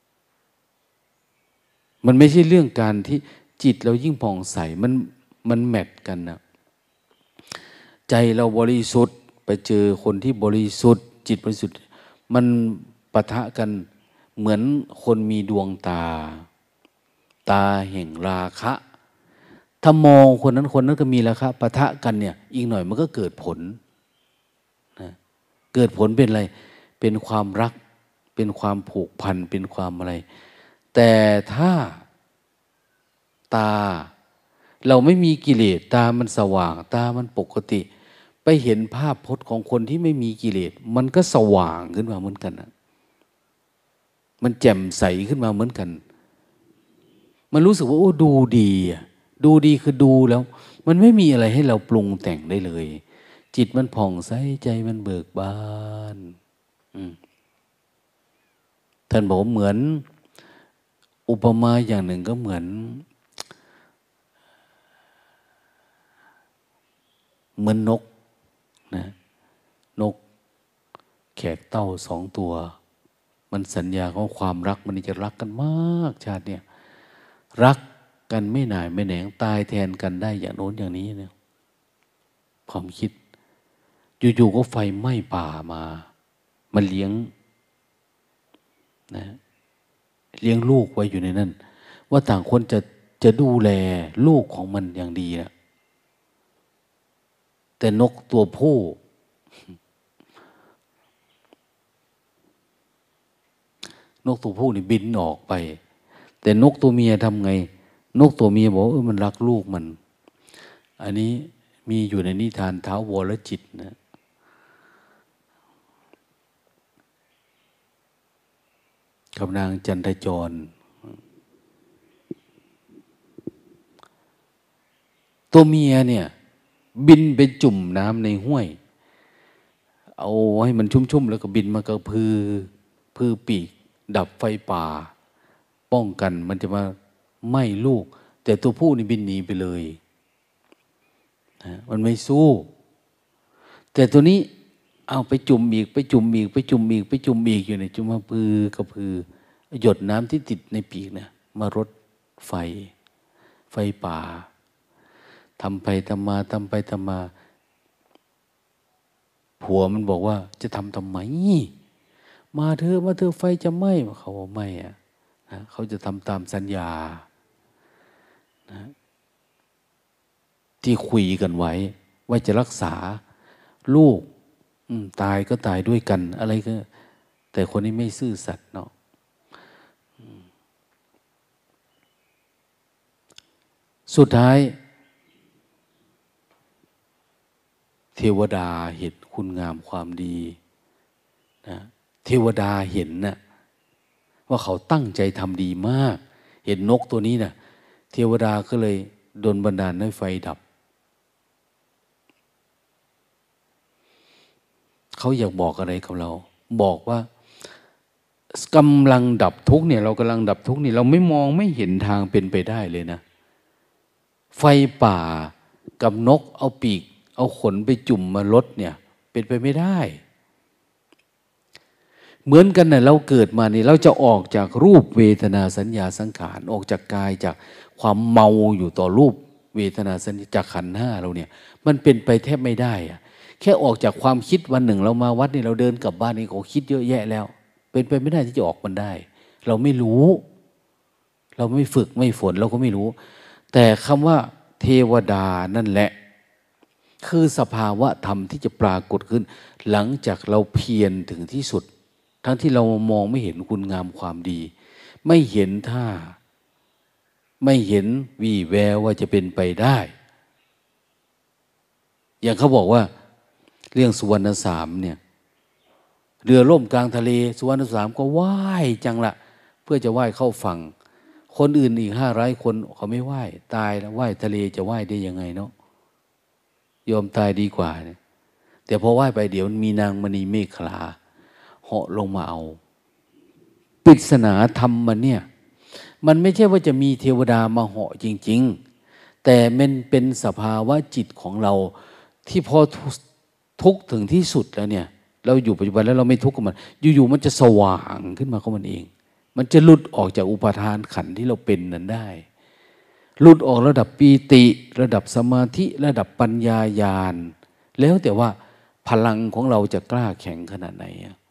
มันไม่ใช่เรื่องการที่จิตเรายิ่งผ่องใสมันมันแมทกันนะใจเราบริสุทธิ์ไปเจอคนที่บริสุทธิ์จิตบริสุทธิ์มันปะทะกันเหมือนคนมีดวงตาตาแห่งราคะถ้ามองคนนั้นคนนั้นก็มีราคะปะทะกันเนี่ยอีกหน่อยมันก็เกิดผลนะเกิดผลเป็นอะไรเป็นความรักเป็นความผูกพันเป็นความอะไรแต่ถ้าตาเราไม่มีกิเลสตามันสว่างตามันปกติไปเห็นภาพพจน์ของคนที่ไม่มีกิเลสมันก็สว่างขึ้นมาเหมือนกันนะมันแจ่มใสขึ้นมาเหมือนกันมันรู้สึกว่าโอ้ดูดีอะดูดีคือดูแล้วมันไม่มีอะไรให้เราปรุงแต่งได้เลยจิตมันผ่องใสใจมันเบิกบานอืมท่านบอกว่าเหมือนอุปมาอย่างหนึ่งก็เหมือนเหมือนนกนะนกแขกเต้าสองตัวมันสัญญาของความรักมันจะรักกันมากชาติเนี่ยรักกันไม่หน่ายไม่แหนงตายแทนกันได้อย่างโน้นอย่างนี้เนี่ยความคิดอยู่ๆก็ไฟไหม้ป่ามามันเลี้ยงนะเลี้ยงลูกไว้อยู่ในนั้นว่าต่างคนจะจะดูแลลูกของมันอย่างดีนะแต่นกตัวผู้นกตัวผู้นี่บินออกไปแต่นกตัวเมียทำไงนกตัวเมียบอกเออมันรักลูกมันอันนี้มีอยู่ในนิทานท้าวรจิตนะกับนางจันทจรตัวเมียเนี่ยบินไปจุ่มน้ำในห้วยเอาให้มันชุ่มๆแล้วก็บินมากระพือพือปีกดับไฟป่าป้องกันมันจะมาไหม้ลูกแต่ตัวผู้นี่บินหนีไปเลยนะมันไม่สู้แต่ตัวนี้เอาไปจุ่มอีกไปจุ่มอีกไปจุ่มอีกไปจุ่มอีกอยู่ในจุ่มมาพือกระพือหยดน้ำที่ติดในปีกเนี่ยมารดไฟไฟป่าทำไปทำมาทำไปทำมาผัวมันบอกว่าจะทำทำไมมาเธอมาเธอไฟจะไหม้เขาว่าไม่อะนะเขาจะทำตามสัญญานะที่คุยกันไว้ว่าจะรักษาลูกตายก็ตายด้วยกันอะไรก็แต่คนนี้ไม่ซื่อสัตย์เนาะสุดท้ายเทวดาเห็นคุณงามความดีนะเทวดาเห็นนะว่าเขาตั้งใจทำดีมากเห็นนกตัวนี้นะเทวดาก็เลยดลบันดาลให้ไฟดับเขาอยากบอกอะไรกับเราบอกว่ากำลังดับทุกข์เนี่ยเรากำลังดับทุกข์นี่เราไม่มองไม่เห็นทางเป็นไปได้เลยนะไฟป่ากับนกเอาปีกเอาขนไปจุ่มมาลดเนี่ยเป็นไปไม่ได้เหมือนกันนะเราเกิดมานี่เราจะออกจากรูปเวทนาสัญญาสังขารออกจากกายจากความเมาอยู่ต่อรูปเวทนาสัญญาจากขันธ์ห้าเราเนี่ยมันเป็นไปแทบไม่ได้อะแค่ออกจากความคิดวันหนึ่งเรามาวัดนี่เราเดินกลับบ้านนี่ก็คิดเยอะแยะแล้วเป็นไปไม่ได้ที่จะออกมันได้เราไม่รู้เราไม่ฝึกไม่ฝนเราก็ไม่รู้แต่คำว่าเทวดานั่นแหละคือสภาวะธรรมที่จะปรากฏขึ้นหลังจากเราเพียรถึงที่สุดทั้งที่เรามองไม่เห็นคุณงามความดีไม่เห็นท่าไม่เห็นวี่แววว่าจะเป็นไปได้อย่างเขาบอกว่าเรื่องสุวรรณสามเนี่ยเรือล่มกลางทะเลสุวรรณสามก็ว่ายจังละเพื่อจะว่ายเข้าฝั่งคนอื่นอีกห้าร้อยคนเขาไม่ว่ายตายแล้วว่ายทะเลจะว่ายได้ยังไงเนาะยอมตายดีกว่าเนี่ยแต่พอว่ายไปเดี๋ยวมีนางมณีเมขลาเหาะลงมาเอาปริศนาธรรมมันเนี่ยมันไม่ใช่ว่าจะมีเทวดามาเหาะจริงๆแต่มันเป็นสภาวะจิตของเราที่พอทุกข์ถึงที่สุดแล้วเนี่ยเราอยู่ปัจจุบันแล้วเราไม่ทุกข์กับมันอยู่ๆมันจะสว่างขึ้นมาของมันเองมันจะหลุดออกจากอุปาทานขันธ์ที่เราเป็นนั้นได้หลุดออกระดับปีติระดับสมาธิระดับปัญญาญาณแล้วแต่ว่าพลังของเราจะกล้าแข็งขนาดไหน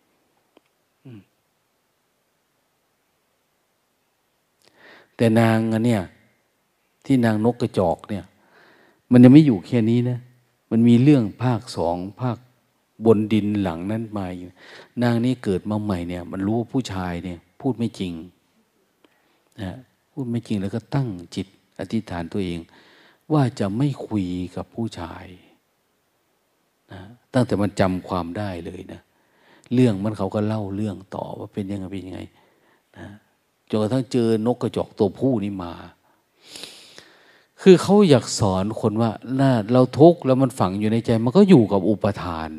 แต่นางอันเนี่ยที่นางนกกระจอกเนี่ยมันยังไม่อยู่แค่นี้นะมันมีเรื่องภาคสองภาคบนดินหลังนั้นมาอยู่นางนี้เกิดมาใหม่เนี่ยมันรู้ว่าผู้ชายเนี่ยพูดไม่จริงนะพูดไม่จริงแล้วก็ตั้งจิตอธิษฐานตัวเองว่าจะไม่คุยกับผู้ชายนะตั้งแต่มันจำความได้เลยนะเรื่องมันเขาก็เล่าเรื่องต่อว่าเป็นยังไงเป็นยังไงจนกระทั่งเจอนกกระจอกตัวผู้นี่มาคือเขาอยากสอนคนว่าน่าเราทุกข์แล้วมันฝังอยู่ในใจมันก็อยู่กับอุปทาน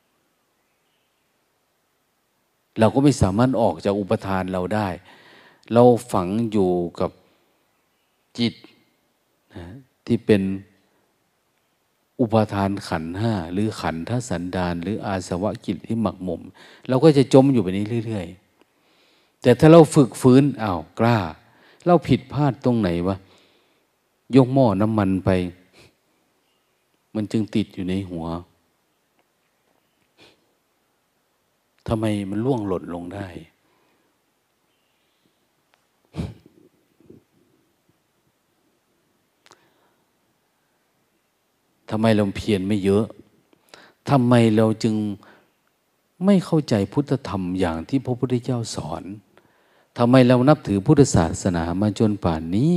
เราก็ไม่สามารถออกจากอุปทานเราได้เราฝังอยู่กับจิตนะที่เป็นอุปทานขันธ์ห้าหรือขันธสันดานหรืออาสวะกิเลสที่หมักหมมเราก็จะจมอยู่แบบนี้เรื่อยๆแต่ถ้าเราฝึกฟื้นอ้าวกล้าเราผิดพลาดตรงไหนวะยกหม้อน้ำมันไปมันจึงติดอยู่ในหัวทำไมมันล่วงหล่นลงได้ทำไมเราเพียรไม่เยอะทำไมเราจึงไม่เข้าใจพุทธธรรมอย่างที่พระพุทธเจ้าสอนทำไมเรานับถือพุทธศาสนามาจนป่านนี้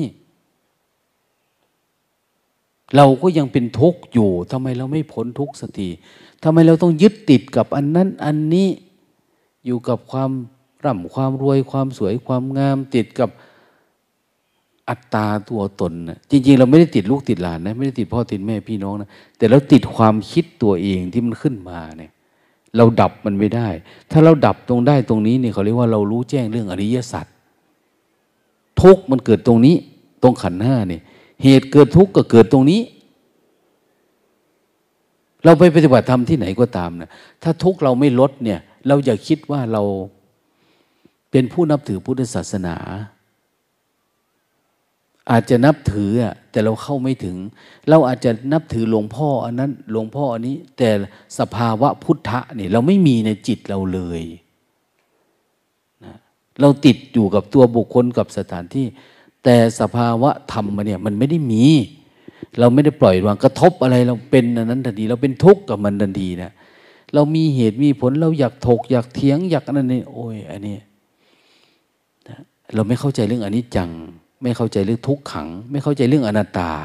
เราก็ยังเป็นทุกข์อยู่ทำไมเราไม่พ้นทุกข์สักทีทำไมเราต้องยึดติดกับอันนั้นอันนี้อยู่กับความร่ำความรวยความสวยความงามติดกับอัตตาตัวตนนะจริงๆเราไม่ได้ติดลูกติดหลานนะไม่ได้ติดพ่อติดแม่พี่น้องนะแต่เราติดความคิดตัวเองที่มันขึ้นมาเนี่ยเราดับมันไม่ได้ถ้าเราดับตรงได้ตรงนี้เนี่ยเขาเรียกว่าเรารู้แจ้งเรื่องอริยสัจทุกข์มันเกิดตรงนี้ตรงขันธ์ห้าเนี่ยเหตุเกิดทุกข์ก็เกิดตรงนี้เราไปปฏิบัติธรรมที่ไหนก็ตามนะถ้าทุกข์เราไม่ลดเนี่ยเราอย่าคิดว่าเราเป็นผู้นับถือพุทธศาสนาอาจจะนับถือแต่เราเข้าไม่ถึงเราอาจจะนับถือหลวงพ่ออันนั้นหลวงพ่ออันนี้แต่สภาวะพุทธะเนี่ยเราไม่มีในจิตเราเลยนะเราติดอยู่กับตัวบุคคลกับสถานที่แต่สภาวะธรรมเนี่ยมันไม่ได้มีเราไม่ได้ปล่อยวางกระทบอะไรเราเป็นอันนั้นทันทีเราเป็นทุกข์กับมันทันทีนะเรามีเหตุมีผลเราอยากถกอยากเถียงอยากอันนั้นนี่โอ้ยอันนี้นะเราไม่เข้าใจเรื่องอนิจจังไม่เข้าใจเรื่องทุกขังไม่เข้าใจเรื่องอนัตตา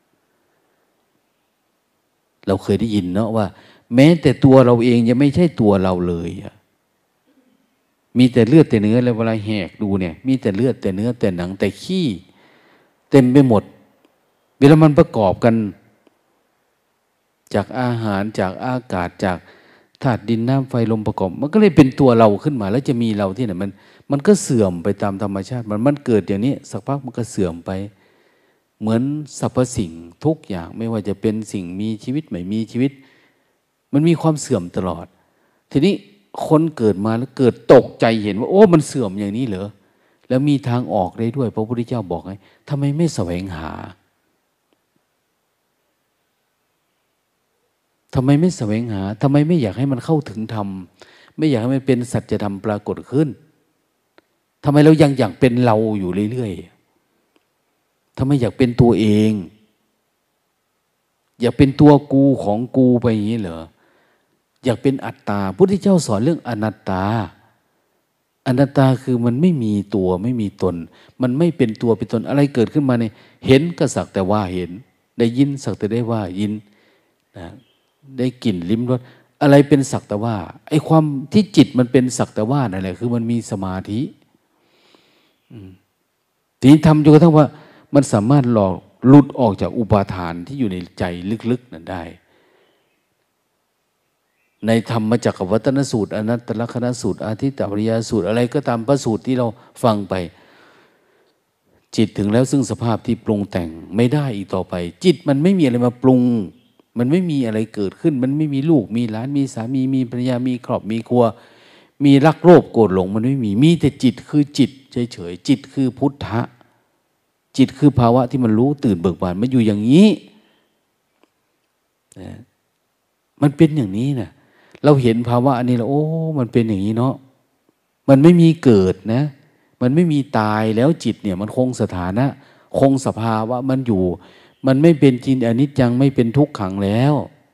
เราเคยได้ยินเนาะว่าแม้แต่ตัวเราเองยังไม่ใช่ตัวเราเลยมีแต่เลือดแต่เนื้อแล้วเวลาแหกดูเนี่ยมีแต่เลือดแต่เนื้อแต่หนังแต่ขี้เต็มไปหมดเวลามันประกอบกันจากอาหารจากอากาศจากธาตุดินน้ำไฟลมประกอบมันก็เลยเป็นตัวเราขึ้นมาแล้วจะมีเราที่ไหนมันมันก็เสื่อมไปตามธรรมชาติมันมันเกิดอย่างนี้สักพักมันก็เสื่อมไปเหมือนสรรพสิ่งทุกอย่างไม่ว่าจะเป็นสิ่งมีชีวิตไม่มีชีวิตมันมีความเสื่อมตลอดทีนี้คนเกิดมาแล้วเกิดตกใจเห็นว่าโอ้มันเสื่อมอย่างนี้เหรอแล้วมีทางออกได้ด้วยพระพุทธเจ้าบอกไงทำไมไม่แสวงหาทำไมไม่แสวงหาทำไมไม่อยากให้มันเข้าถึงธรรมไม่อยากให้มันเป็นสัจธรรมปรากฏขึ้นทำไมเรายังอยากเป็นเราอยู่เรื่อยๆทำไมอยากเป็นตัวเองอยากเป็นตัวกูของกูไปอย่างนี้เหรออยากเป็นอัตตาพุทธเจ้าสอนเรื่องอนัตตาอนัตตาคือมันไม่มีตัวไม่มีตนมันไม่เป็นตัวเป็นตนอะไรเกิดขึ้นมาเนี่ยเห็นก็สักแต่ว่าเห็นได้ยินสักแต่ได้ว่ายินนะได้กลิ่นลิ้มรสอะไรเป็นสักแต่ว่าไอ้ความที่จิตมันเป็นสักแต่ว่านั่นแหละคือมันมีสมาธิทีนี้ทำจนกระทั่งว่ามันสามารถหลอกหลุดออกจากอุปาทานที่อยู่ในใจลึกๆนั้นได้ในธรรมจักรวัตนสูตรอนัตตลกนสูตรอาทิตตปริยสูตรอะไรก็ตามพระสูตรที่เราฟังไปจิตถึงแล้วซึ่งสภาพที่ปรุงแต่งไม่ได้อีกต่อไปจิตมันไม่มีอะไรมาปรุงมันไม่มีอะไรเกิดขึ้นมันไม่มีลูกมีหลานมีสามีมีภรรยามีครอบมีครัวมีรักโลภโกรธหลงมันไม่มีมีแต่จิตคือจิตเฉยๆจิตคือพุทธะจิตคือภาวะที่มันรู้ตื่นเบิกบานมันอยู่อย่างนี้นะมันเป็นอย่างนี้นะเราเห็นภาวะอันนี้แล้วโอ้มันเป็นอย่างนี้เนาะมันไม่มีเกิดนะมันไม่มีตายแล้วจิตเนี่ยมันคงสถานะคงสภาวะมันอยู่มันไม่เป็นจริงอนิจจังไม่เป็นทุกขังแล้ว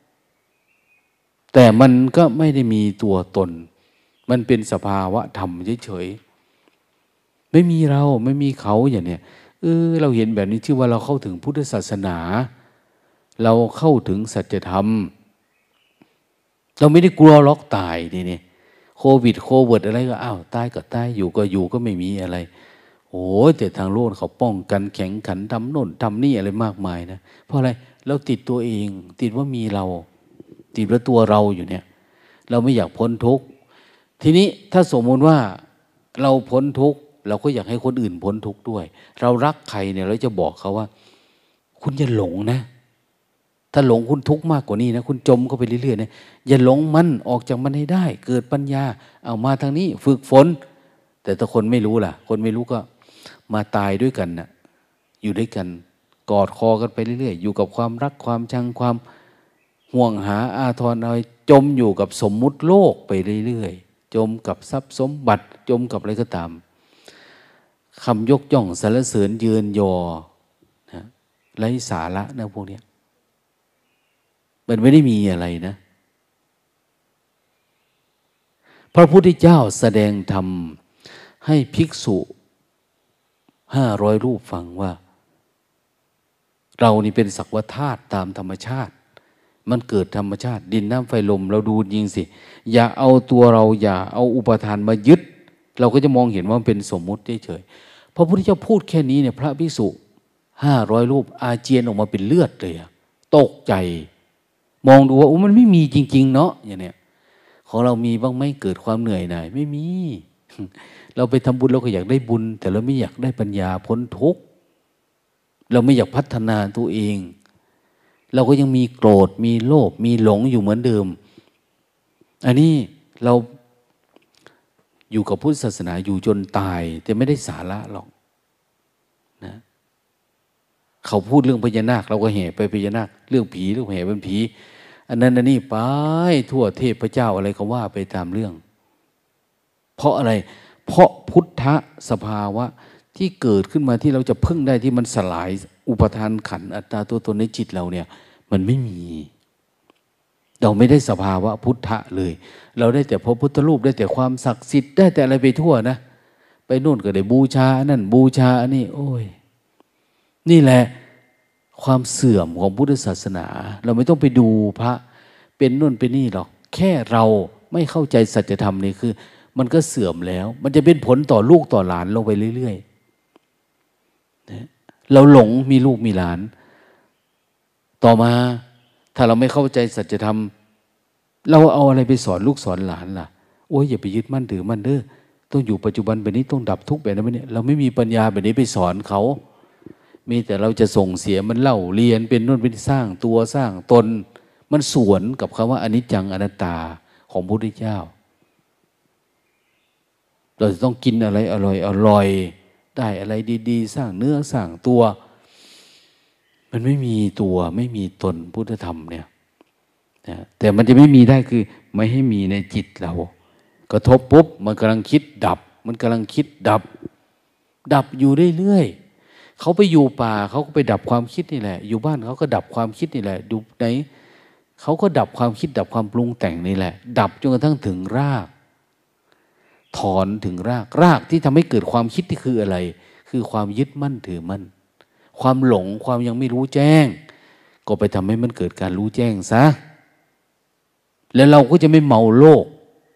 แต่มันก็ไม่ได้มีตัวตนมันเป็นสภาวะธรรมเฉยๆไม่มีเราไม่มีเขาอย่างเนี้ยเออเราเห็นแบบนี้ชื่อว่าเราเข้าถึงพุทธศาสนาเราเข้าถึงสัจธรรมเราไม่ได้กลัวล็อกตายนี่นี่โควิดโควิดอะไรก็อ้าวตายก็ตายอยู่ก็อยู่ก็ไม่มีอะไรโอ้ยแต่ทางโลกเขาป้องกันแข็งขันทำโน่นทำนี่อะไรมากมายนะเพราะอะไรเราติดตัวเองติดว่ามีเราติดว่าตัวเราอยู่เนี่ยเราไม่อยากพ้นทุกข์ทีนี้ถ้าสมมุติว่าเราพ้นทุกข์เราก็อยากให้คนอื่นพ้นทุกข์ด้วยเรารักใครเนี่ยเราจะบอกเขาว่าคุณอย่าหลงนะถ้าหลงคุณทุกข์มากกว่านี้นะคุณจมเข้าไปเรื่อยๆนะอย่าหลงมันออกจากมันให้ได้เกิดปัญญาเอามาทางนี้ฝึกฝนแต่ถ้าคนไม่รู้ล่ะคนไม่รู้ก็มาตายด้วยกันนะอยู่ด้วยกันกอดคอกันไปเรื่อยๆอยู่กับความรักความชังความห่วงหาอาทรอะไรจมอยู่กับสมมุติโลกไปเรื่อยๆจมกับทรัพย์สมบัติจมกับอะไรก็ตามคำยกย่องสรรเสริญเยินยอนะไร้สาระนะพวกนี้มันไม่ได้มีอะไรนะพระพุทธเจ้าแสดงธรรมให้ภิกษุห้าร้อยรูปฟังว่าเรานี่เป็นสักวธาตุตามธรรมชาติมันเกิดธรรมชาติดินน้ำไฟลมเราดูจริงสิอย่าเอาตัวเราอย่าเอาอุปทานมายึดเราก็จะมองเห็นว่ามันเป็นสมมุติเฉยๆพระพุทธเจ้าพูดแค่นี้เนี่ยพระภิกษุห้าร้อยรูปอาเจียนออกมาเป็นเลือดเลยตกใจมองดูว่าโอ้มันไม่มีจริงๆเนาะอย่างเนี้ยของเรามีบ้างไหมเกิดความเหนื่อยหน่ายไม่มี เราไปทำบุญเราก็อยากได้บุญแต่เราไม่อยากได้ปัญญาพ้นทุกข์เราไม่อยากพัฒนาตัวเองเราก็ยังมีโกรธมีโลภมีหลงอยู่เหมือนเดิมอันนี้เราอยู่กับพุทธศาสนาอยู่จนตายแต่ไม่ได้สาระหรอกนะเขาพูดเรื่องพญานาคเราก็แห่ไปพญานาคเรื่องผีเรื่องแห่เป็นผีอันนั้นอันนี้ไปทั่วเทพเจ้าอะไรก็ว่าไปตามเรื่องเพราะอะไรเพราะพุทธสภาวะที่เกิดขึ้นมาที่เราจะพึ่งได้ที่มันสลายอุปทานขันธ์อัตตาตัวตนในจิตเราเนี่ยมันไม่มีเราไม่ได้สภาวะพุทธะเลยเราได้แต่พระพุทธรูปได้แต่ความศักดิ์สิทธิ์ได้แต่อะไรไปทั่วนะไปโน่นก็ได้บูชานั่นบูชาอันนี้โอ้ยนี่แหละความเสื่อมของพุทธศาสนาเราไม่ต้องไปดูพระเป็นโน่นเป็นนี่หรอกแค่เราไม่เข้าใจสัจธรรมนี่คือมันก็เสื่อมแล้วมันจะเป็นผลต่อลูกต่อหลานลงไปเรื่อยๆนะเราหลงมีลูกมีหลานต่อมาถ้าเราไม่เข้าใจสัจธรรมเราเอาอะไรไปสอนลูกสอนหลานล่ะโอ้ยอย่าไปยึดมั่นถือมั่นเด้อต้องอยู่ปัจจุบันแบบนี้ต้องดับทุกข์แบบนั้นเนี่ยเราไม่มีปัญญาแบบนี้ไปสอนเขามีแต่เราจะส่งเสียมันเล่าเรียนเป็นนู่นเป็นสร้างตัวสร้างตนมันสวนกับคำว่าอนิจจังอนัตตาของพระพุทธเจ้าเราจะต้องกินอะไรอร่อยอร่อยได้อะไรดีๆสร้างเนื้อสร้างตัวมันไม่มีตัวไม่มีตนพุทธธรรมเนี่ยนะแต่มันจะไม่มีได้คือไม่ให้มีในจิตเรากระทบปุ๊บมันกำลังคิดดับมันกำลังคิดดับดับอยู่เรื่อยๆเขาไปอยู่ป่าเขาก็ไปดับความคิดนี่แหละอยู่บ้านเขาก็ดับความคิดนี่แหละดูไหนเขาก็ดับความคิดดับความปรุงแต่งนี่แหละดับจนกระทั่งถึงรากถอนถึงรากรากที่ทำให้เกิดความคิดที่คืออะไรคือความยึดมั่นถือมั่นความหลงความยังไม่รู้แจ้งก็ไปทำให้มันเกิดการรู้แจ้งซะแล้วเราก็จะไม่เมาโลก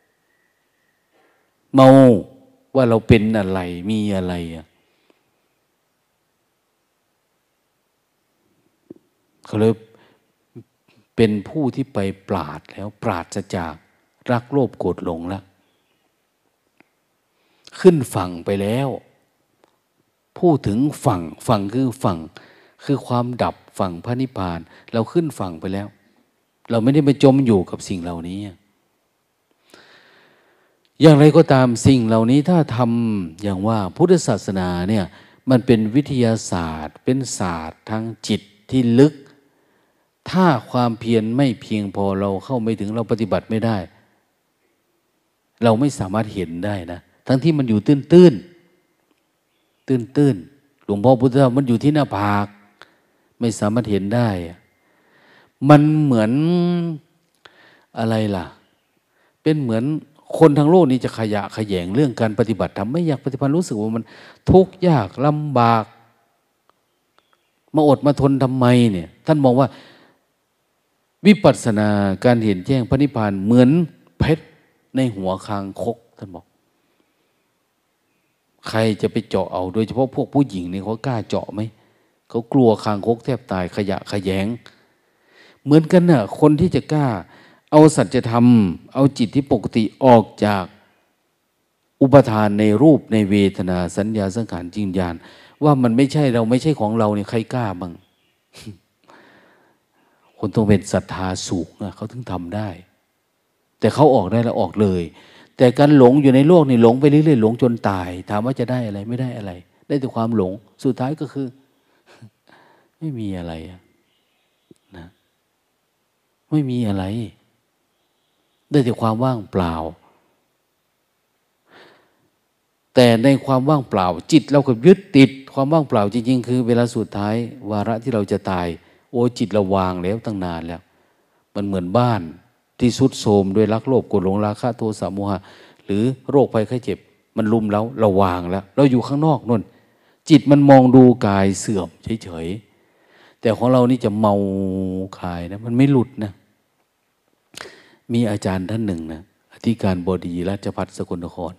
เมาว่าเราเป็นอะไรมีอะไรอ่ะเขาเลยเป็นผู้ที่ไปปราศแล้วปราศจากรักโลภโกรธหลงแล้วขึ้นฝั่งไปแล้วพูดถึงฝั่งฝั่งคือฝั่งคือความดับฝั่งพระนิพพานเราขึ้นฝั่งไปแล้วเราไม่ได้ไปจมอยู่กับสิ่งเหล่านี้อย่างไรก็ตามสิ่งเหล่านี้ถ้าทำอย่างว่าพุทธศาสนาเนี่ยมันเป็นวิทยาศาสตร์เป็นศาสตร์ทางจิตที่ลึกถ้าความเพียรไม่เพียงพอเราเข้าไม่ถึงเราปฏิบัติไม่ได้เราไม่สามารถเห็นได้นะทั้งที่มันอยู่ตื้นตื้นตื้นตื้นหลวงพ่อพุทธเจ้ามันอยู่ที่หน้าผากไม่สามารถเห็นได้มันเหมือนอะไรล่ะเป็นเหมือนคนทั้งโลกนี้จะขยะขยงเรื่องการปฏิบัติธรรมไม่อยากปฏิบัติรู้สึกว่ามันทุกข์ยากลำบากมาอดมาทนทำไมเนี่ยท่านมองว่าวิปัสสนาการเห็นแจ้งพระนิพพานเหมือนเพชรในหัวคางคกท่านบอกใครจะไปเจาะเอาโดยเฉพาะพวกผู้หญิงนี่เขากล้าเจาะไหมเขากลัวคางคกแทบตายขยะขยงเหมือนกันน่ะคนที่จะกล้าเอาสัจธรรมเอาจิตที่ปกติออกจากอุปทานในรูปในเวทนาสัญญาสังขารจิตวิญญาณว่ามันไม่ใช่เราไม่ใช่ของเราเนี่ยใครกล้าบ้าง คนต้องเป็นศรัทธาสูงอะเขาถึงทำได้ แต่เขาออกได้แล้วออกเลย แต่การหลงอยู่ในโลกนี่หลงไปเรื่อยๆหลงจนตายถามว่าจะได้อะไรไม่ได้อะไร ได้แต่ความหลงสุดท้ายก็คือ ไม่มีอะไรนะไม่มีอะไร ได้แต่ความว่างเปล่า แต่ในความว่างเปล่าจิตเราก็ยึดติดความว่างเปล่าจริงๆคือเวลาสุดท้ายวาระที่เราจะตายโอ้จิตเราวางแล้วตั้งนานแล้วมันเหมือนบ้านที่สุดโทรมด้วยรักโลภโกรธหลงราคะโทสะโมหะหรือโรคภัยไข้เจ็บมันลุมเราเราวางแล้วเราอยู่ข้างนอกนู่นจิตมันมองดูกายเสื่อมเฉยๆแต่ของเรานี่จะเมากายนะมันไม่หลุดนะมีอาจารย์ท่านหนึ่งนะอธิการบดีราชภัฏสกลนคร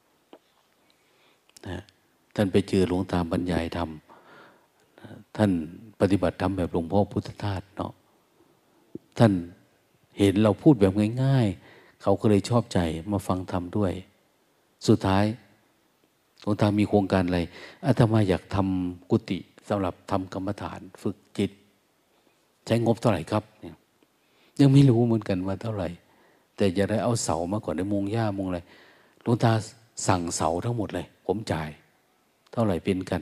นะท่านไปเจอหลวงตาบรรยายธรรมท่านปฏิบัติธรรมแบบหลวงพ่อพุทธทาสเนาะท่านเห็นเราพูดแบบง่ายๆเขาก็เลยชอบใจมาฟังธรรมด้วยสุดท้ายหลวงตามีโครงการอะไรอาตมาอยากทำกุฏิสำหรับทำกรรมฐานฝึกจิตใช้งบเท่าไหร่ครับเนี่ยยังไม่รู้เหมือนกันว่าเท่าไหร่แต่จะได้เอาเสามาก่อนได้มุงหญ้ามุงอะไรหลวงตาสั่งเสาทั้งหมดเลยผมจ่ายเท่าไหร่เป็นกัน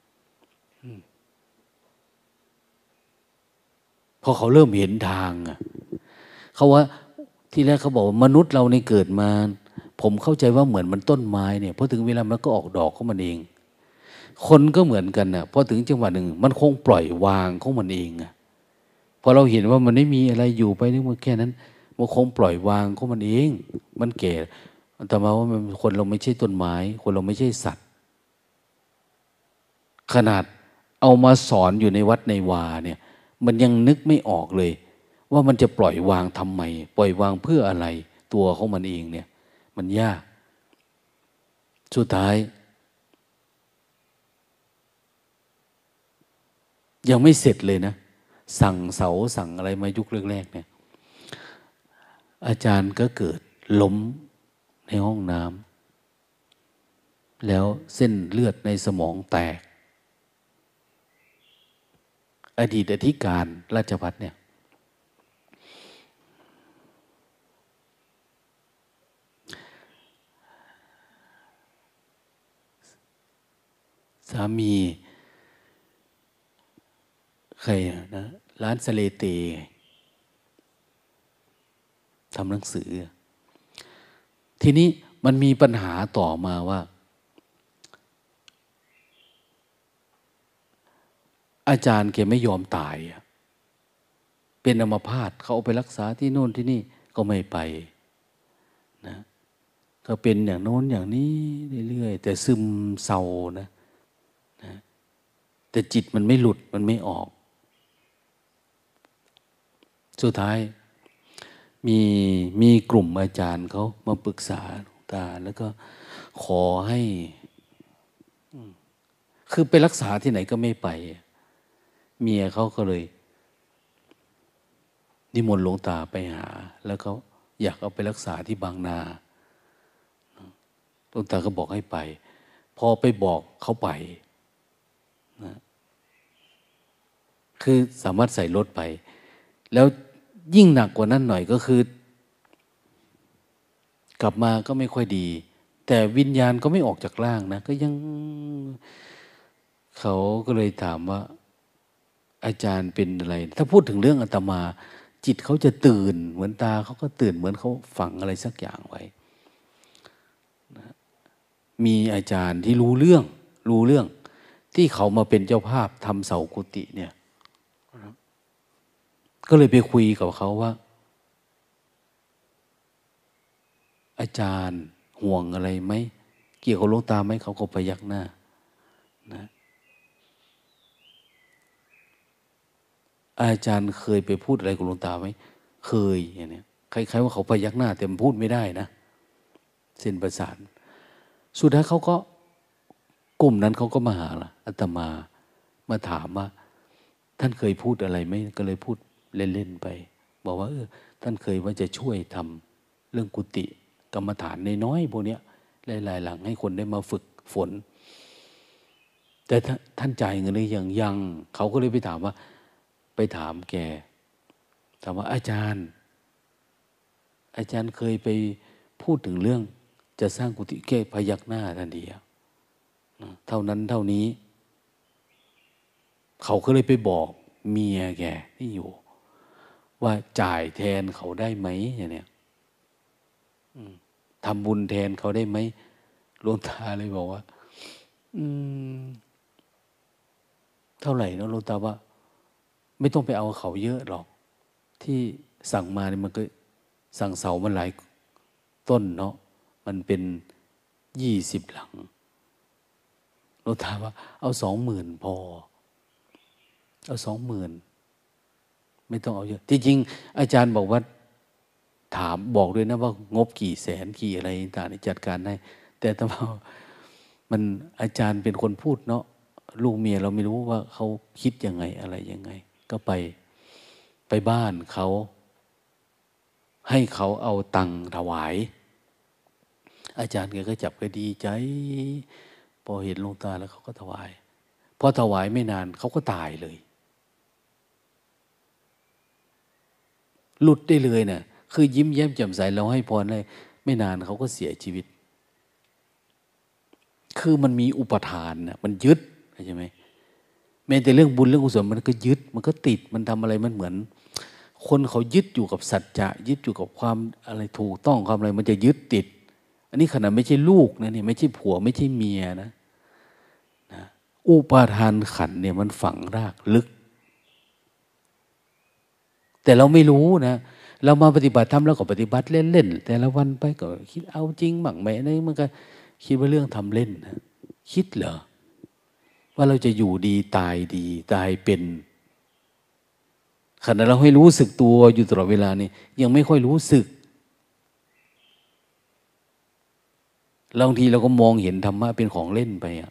พอเขาเริ่มเห็นทางอ่ะเขาว่าที่แรกเขาบอกว่ามนุษย์เราในเกิดมาผมเข้าใจว่าเหมือนมันต้นไม้เนี่ยพอถึงเวลามันก็ออกดอกของมันเองคนก็เหมือนกันน่ะพอถึงจังหวะหนึ่งมันคงปล่อยวางของมันเองอ่ะพอเราเห็นว่ามันไม่มีอะไรอยู่ไปนึกว่าแค่นั้นมันคงปล่อยวางของมันเองมันแก่แต่มาว่ามันคนเราไม่ใช่ต้นไม้คนเราไม่ใช่สัตว์ขนาดเอามาสอนอยู่ในวัดในวาเนี่ยมันยังนึกไม่ออกเลยว่ามันจะปล่อยวางทำไมปล่อยวางเพื่ออะไรตัวของมันเองเนี่ยมันยากสุดท้ายยังไม่เสร็จเลยนะสั่งเสาสั่งอะไรมายุคแรกๆเนี่ยอาจารย์ก็เกิดล้มในห้องน้ำแล้วเส้นเลือดในสมองแตกอดีตอธิการราชภัฏเนี่ยสามีใครนะร้านสเลเตทำหนังสือทีนี้มันมีปัญหาต่อมาว่าอาจารย์แกไม่ยอมตายเป็นอัมพาตเขาเอาไปรักษาที่โน่นที่นี่ก็ไม่ไปนะก็เป็นอย่างโน้นอย่างนี้เรื่อยๆแต่ซึมเศร้านะนะแต่จิตมันไม่หลุดมันไม่ออกสุดท้ายมีมีกลุ่มอาจารย์เขามาปรึกษาหลวงตาแล้วก็ขอให้คือไปรักษาที่ไหนก็ไม่ไปเมียเขาก็เลยนิมนต์หลวงตาไปหาแล้วเขาอยากเอาไปรักษาที่บางนาหลวงตาก็บอกให้ไปพอไปบอกเขาไปนะคือสามารถใส่รถไปแล้วยิ่งหนักกว่านั้นหน่อยก็คือกลับมาก็ไม่ค่อยดีแต่วิญญาณก็ไม่ออกจากร่างนะก็ยังเขาก็เลยถามว่าอาจารย์เป็นอะไรถ้าพูดถึงเรื่องอาตมาจิตเขาจะตื่นเหมือนตาเขาก็ตื่นเหมือนเขาฝังอะไรสักอย่างไว้นะมีอาจารย์ที่รู้เรื่องรู้เรื่องที่เขามาเป็นเจ้าภาพทำเสากุฏิเนี่ยก็เลยไปคุยกับเขาว่าอาจารย์ห่วงอะไรไหมเกี่ยวกับหลวงตาไหมเขาก็พยักหน้านะอาจารย์เคยไปพูดอะไรกับหลวงตาไหมเคยอย่างนี้คล้ายๆว่าเขาพยักหน้าแต่มันพูดไม่ได้นะเส้นประสาทสุดท้ายเขาก็กลุ่มนั้นเขาก็มาหาล่ะอาตมามาถามว่าท่านเคยพูดอะไรไหมก็เลยพูดเล่นๆไปบอกว่าเออท่านเคยว่าจะช่วยทำเรื่องกุฏิกรรมฐานในน้อยพวกเนี้ยหลายๆหลังให้คนได้มาฝึกฝนแต่ท่านจ่ายเงินหรือยังยังเขาก็เลยไปถามว่าไปถามแกถามว่าอาจารย์อาจารย์เคยไปพูดถึงเรื่องจะสร้างกุฏิแก้พยักหน้าทันทีเท่านั้นเท่านี้เขาก็เลยไปบอกเมียแกที่อยู่ว่าจ่ายแทนเขาได้ไหมอย่างเนี้ยทำบุญแทนเขาได้ไหมหลวงตาเลยบอกว่าอืมเท่าไหร่นะหลวงตาว่าไม่ต้องไปเอาเขาเยอะหรอกที่สั่งมาเนี่ยมันก็สั่งเสามันหลายต้นเนาะมันเป็นยี่สิบหลังหลวงตาว่าเอาสองหมื่นพอเอาสองหมื่นไม่ต้องเอาเยอะที่จริงอาจารย์บอกว่าถามบอกด้วยนะว่างบกี่แสนกี่อะไรต่างๆจัดการได้แต่แต่ว่ามันอาจารย์เป็นคนพูดเนาะลูกเมียเราไม่รู้ว่าเขาคิดยังไงอะไรยังไงก็ไปไปบ้านเขาให้เขาเอาตังค์ถวายอาจารย์แกก็จับก็ดีใจพอเห็นหลวงตาแล้วเขาก็ถวายพอถวายไม่นานเขาก็ตายเลยหลุดได้เลยเนี่ยคือยิ้มแย้มแจ่มใสเราให้พรเลยไม่นานเขาก็เสียชีวิตคือมันมีอุปทานนะมันยึดใช่ไหมแม้แต่เรื่องบุญเรื่องกุศลมันก็ยึดมันก็ติดมันทำอะไรมันเหมือนคนเขายึดอยู่กับสัจจะยึดอยู่กับความอะไรถูกต้องความอะไรมันจะยึดติดอันนี้ขนาดไม่ใช่ลูกนะเนี่ยไม่ใช่ผัวไม่ใช่เมียนะนะอุปาทานขันธ์เนี่ยมันฝังรากลึกแต่เราไม่รู้นะเรามาปฏิบัติธรรมแล้วก็ปฏิบัติเล่นๆแต่ละวันไปก็คิดเอาจริงบ้างไหมนี่มันก็คิดว่าเรื่องทำเล่นนะคิดเหรอว่าเราจะอยู่ดีตายดีตายเป็นขณะเราให้รู้สึกตัวอยู่ตลอดเวลานี่ยังไม่ค่อยรู้สึกบางทีเราก็มองเห็นธรรมะเป็นของเล่นไปอะ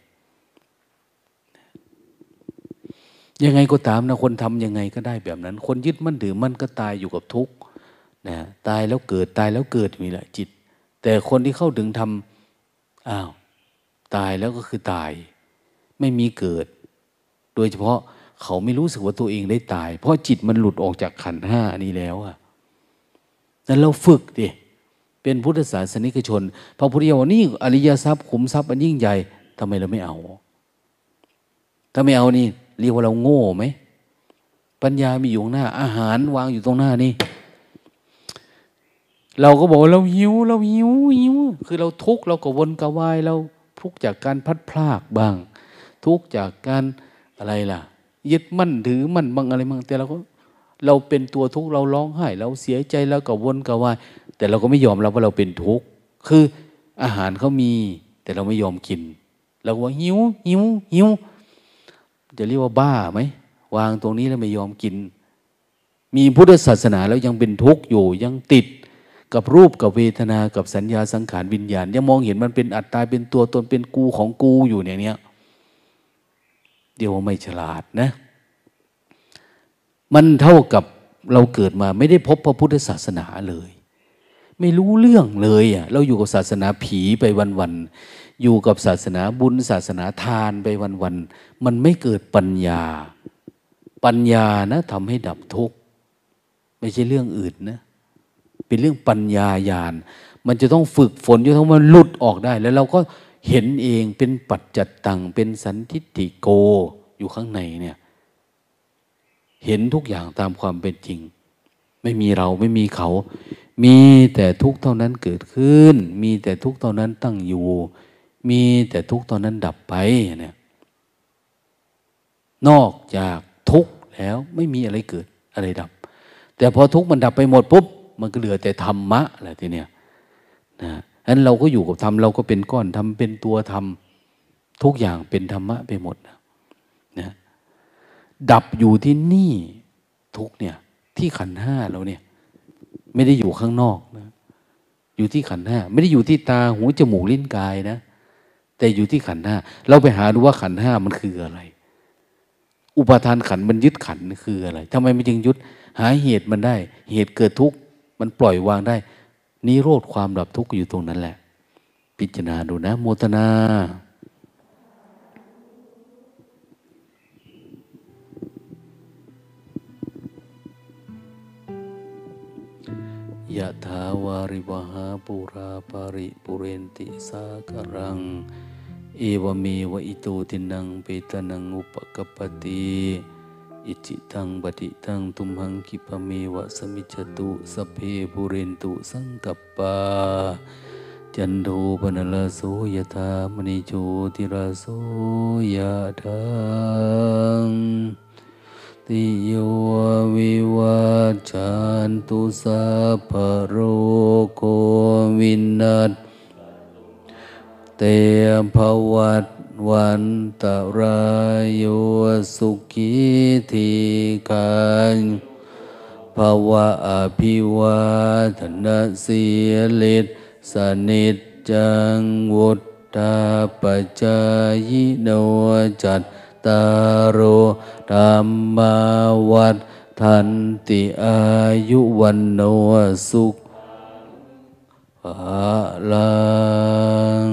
ยังไงก็ตามนะคนทำยังไงก็ได้แบบนั้นคนยึดมั่นถือมั่นก็ตายอยู่กับทุกข์นะตายแล้วเกิดตายแล้วเกิดมีแหละจิตแต่คนที่เข้าถึงทำอ้าวตายแล้วก็คือตายไม่มีเกิดโดยเฉพาะเขาไม่รู้สึกว่าตัวเองได้ตายเพราะจิตมันหลุดออกจากขันธ์ห้านี้แล้วอะนั้นเราฝึกดิเป็นพุทธศาสนิกชนพระพุทธเจ้าว่านี่อริยทรัพย์ขุมทรัพย์อันยิ่งใหญ่ทำไมเราไม่เอาถ้าไม่เอานี่เรียกว่าเราโง่ไหมปัญญามีอยู่ข้างหน้าอาหารวางอยู่ตรงหน้านี่เราก็บอกเราหิวเราหิวหิวคือเราทุกข์เราก็วนกระวายเราทุกข์จากการพัดพลากบ้างทุกข์จากการอะไรล่ะยึดมั่นถือมั่นบ้างอะไรบ้างแต่เราก็เราเป็นตัวทุกข์เราร้องไห้เราเสียใจแล้วก็วนกระวายแต่เราก็ไม่ยอมรับว่าเราเป็นทุกข์คืออาหารเขามีแต่เราไม่ยอมกินเราก็ว่าหิวหิวหิวจะเรียกว่าบ้าไหมวางตรงนี้แล้วไม่ยอมกินมีพุทธศาสนาแล้วยังเป็นทุกข์อยู่ยังติดกับรูปกับเวทนากับสัญญาสังขารวิญญาณยังมองเห็นมันเป็นอัตตาเป็นตัวตนเป็นกูของกูอยู่เนี่ยเนี้ยเดี๋ยวไม่ฉลาดนะมันเท่ากับเราเกิดมาไม่ได้พบพระพุทธศาสนาเลยไม่รู้เรื่องเลยอ่ะเราอยู่กับศาสนาผีไปวันๆอยู่กับศาสนาบุญศาสนาทานไปวันๆมันไม่เกิดปัญญาปัญญานะทำให้ดับทุกข์ไม่ใช่เรื่องอื่นนะเป็นเรื่องปัญญาญาณมันจะต้องฝึกฝนจนทั้งมันหลุดออกได้แล้วเราก็เห็นเองเป็นปัจจัตตังเป็นสันทิฏฐิโกอยู่ข้างในเนี่ยเห็นทุกอย่างตามความเป็นจริงไม่มีเราไม่มีเขามีแต่ทุกข์เท่านั้นเกิดขึ้นมีแต่ทุกข์เท่านั้นตั้งอยู่มีแต่ทุกข์เท่านั้นดับไปเนี่ยนอกจากทุกข์แล้วไม่มีอะไรเกิดอะไรดับแต่พอทุกข์มันดับไปหมดปุ๊บมันก็เหลือแต่ธรรมะแหละทีเนี้ยนะฉะนั้นเราก็อยู่กับธรรมเราก็เป็นก้อนธรรมเป็นตัวธรรมทุกอย่างเป็นธรรมะไปหมดนะนะดับอยู่ที่นี่ทุกเนี่ยที่ขันธ์ห้าเราเนี่ยไม่ได้อยู่ข้างนอกนะอยู่ที่ขันธ์ห้าไม่ได้อยู่ที่ตาหูจมูกลิ้นกายนะแต่อยู่ที่ขันธ์ห้าเราไปหาดูว่าขันธ์ห้ามันคืออะไรอุปาทานขันธ์มันยึดขันธ์คืออะไรทำไมมันจึงยึดหาเหตุมันได้เหตุเกิดทุกข์มันปล่อยวางได้นิโรธความดับทุกข์อยู่ตรงนั้นแหละพิจารณาดูนะโมทนายะถาวาริวหาปุราปาริปุเรนติสากรังเอวเมวะอิโตตินังเปตนังอุปกปปติอิจิตังปฏิตังตุมหังคิปะเมวะสมิจจตุสัพเพปุเรนตุสังกัปปาจันโทปนลโสยถามณิโชติราโสยถาติโยวิวัจจันตุสัพพะโรโควินัสเตภวัตวันตรายโยสุขีทีขันภวะอภิวาทนาสีลิตสนิจจังวุฒธาปัจจายโนจัตตารโอธรรมาวัฏทันติอายุวันโนสุขภาลัง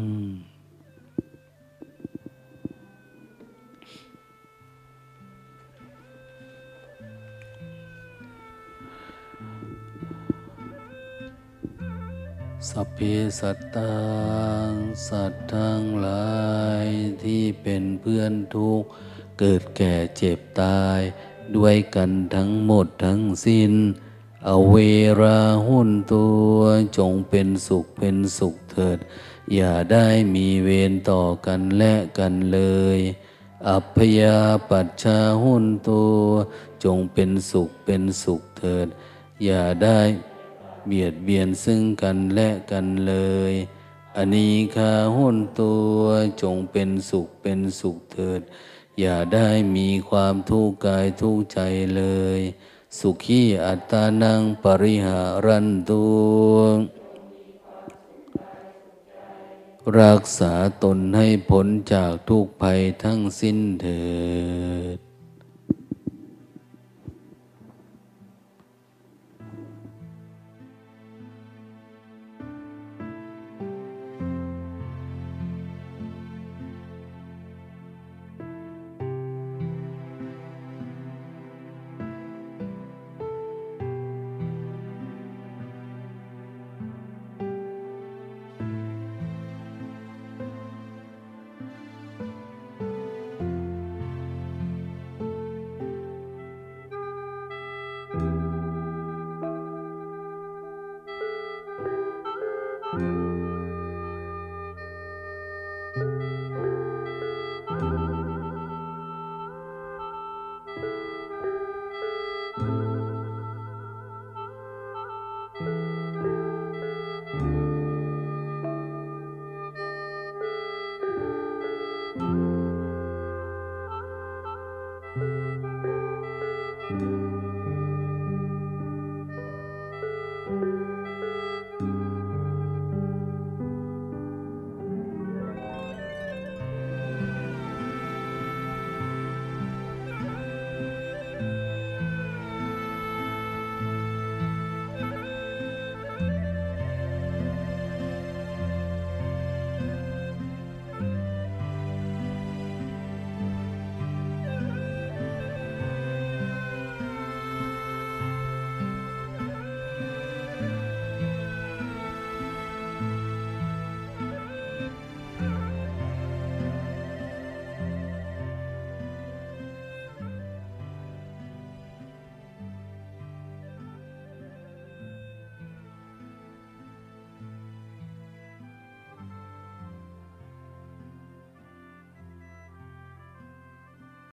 สัพเพสัตตาสัตว์ทั้งหลายที่เป็นเพื่อนทุกข์เกิดแก่เจ็บตายด้วยกันทั้งหมดทั้งสิ้นอเวราหุนตัวจงเป็นสุขเป็นสุขเถิดอย่าได้มีเวรต่อกันและกันเลยอัพยาปัชชาหุนตัวจงเป็นสุขเป็นสุขเถิดอย่าได้เบียดเบียนซึ่งกันและกันเลยอนีฆาหุนตัวจงเป็นสุขเป็นสุขเถิดอย่าได้มีความทุกข์กายทุกข์ใจเลยสุขีอัตตานังปริหารันตุรักษาตนให้พ้นจากทุกภัยทั้งสิ้นเถิด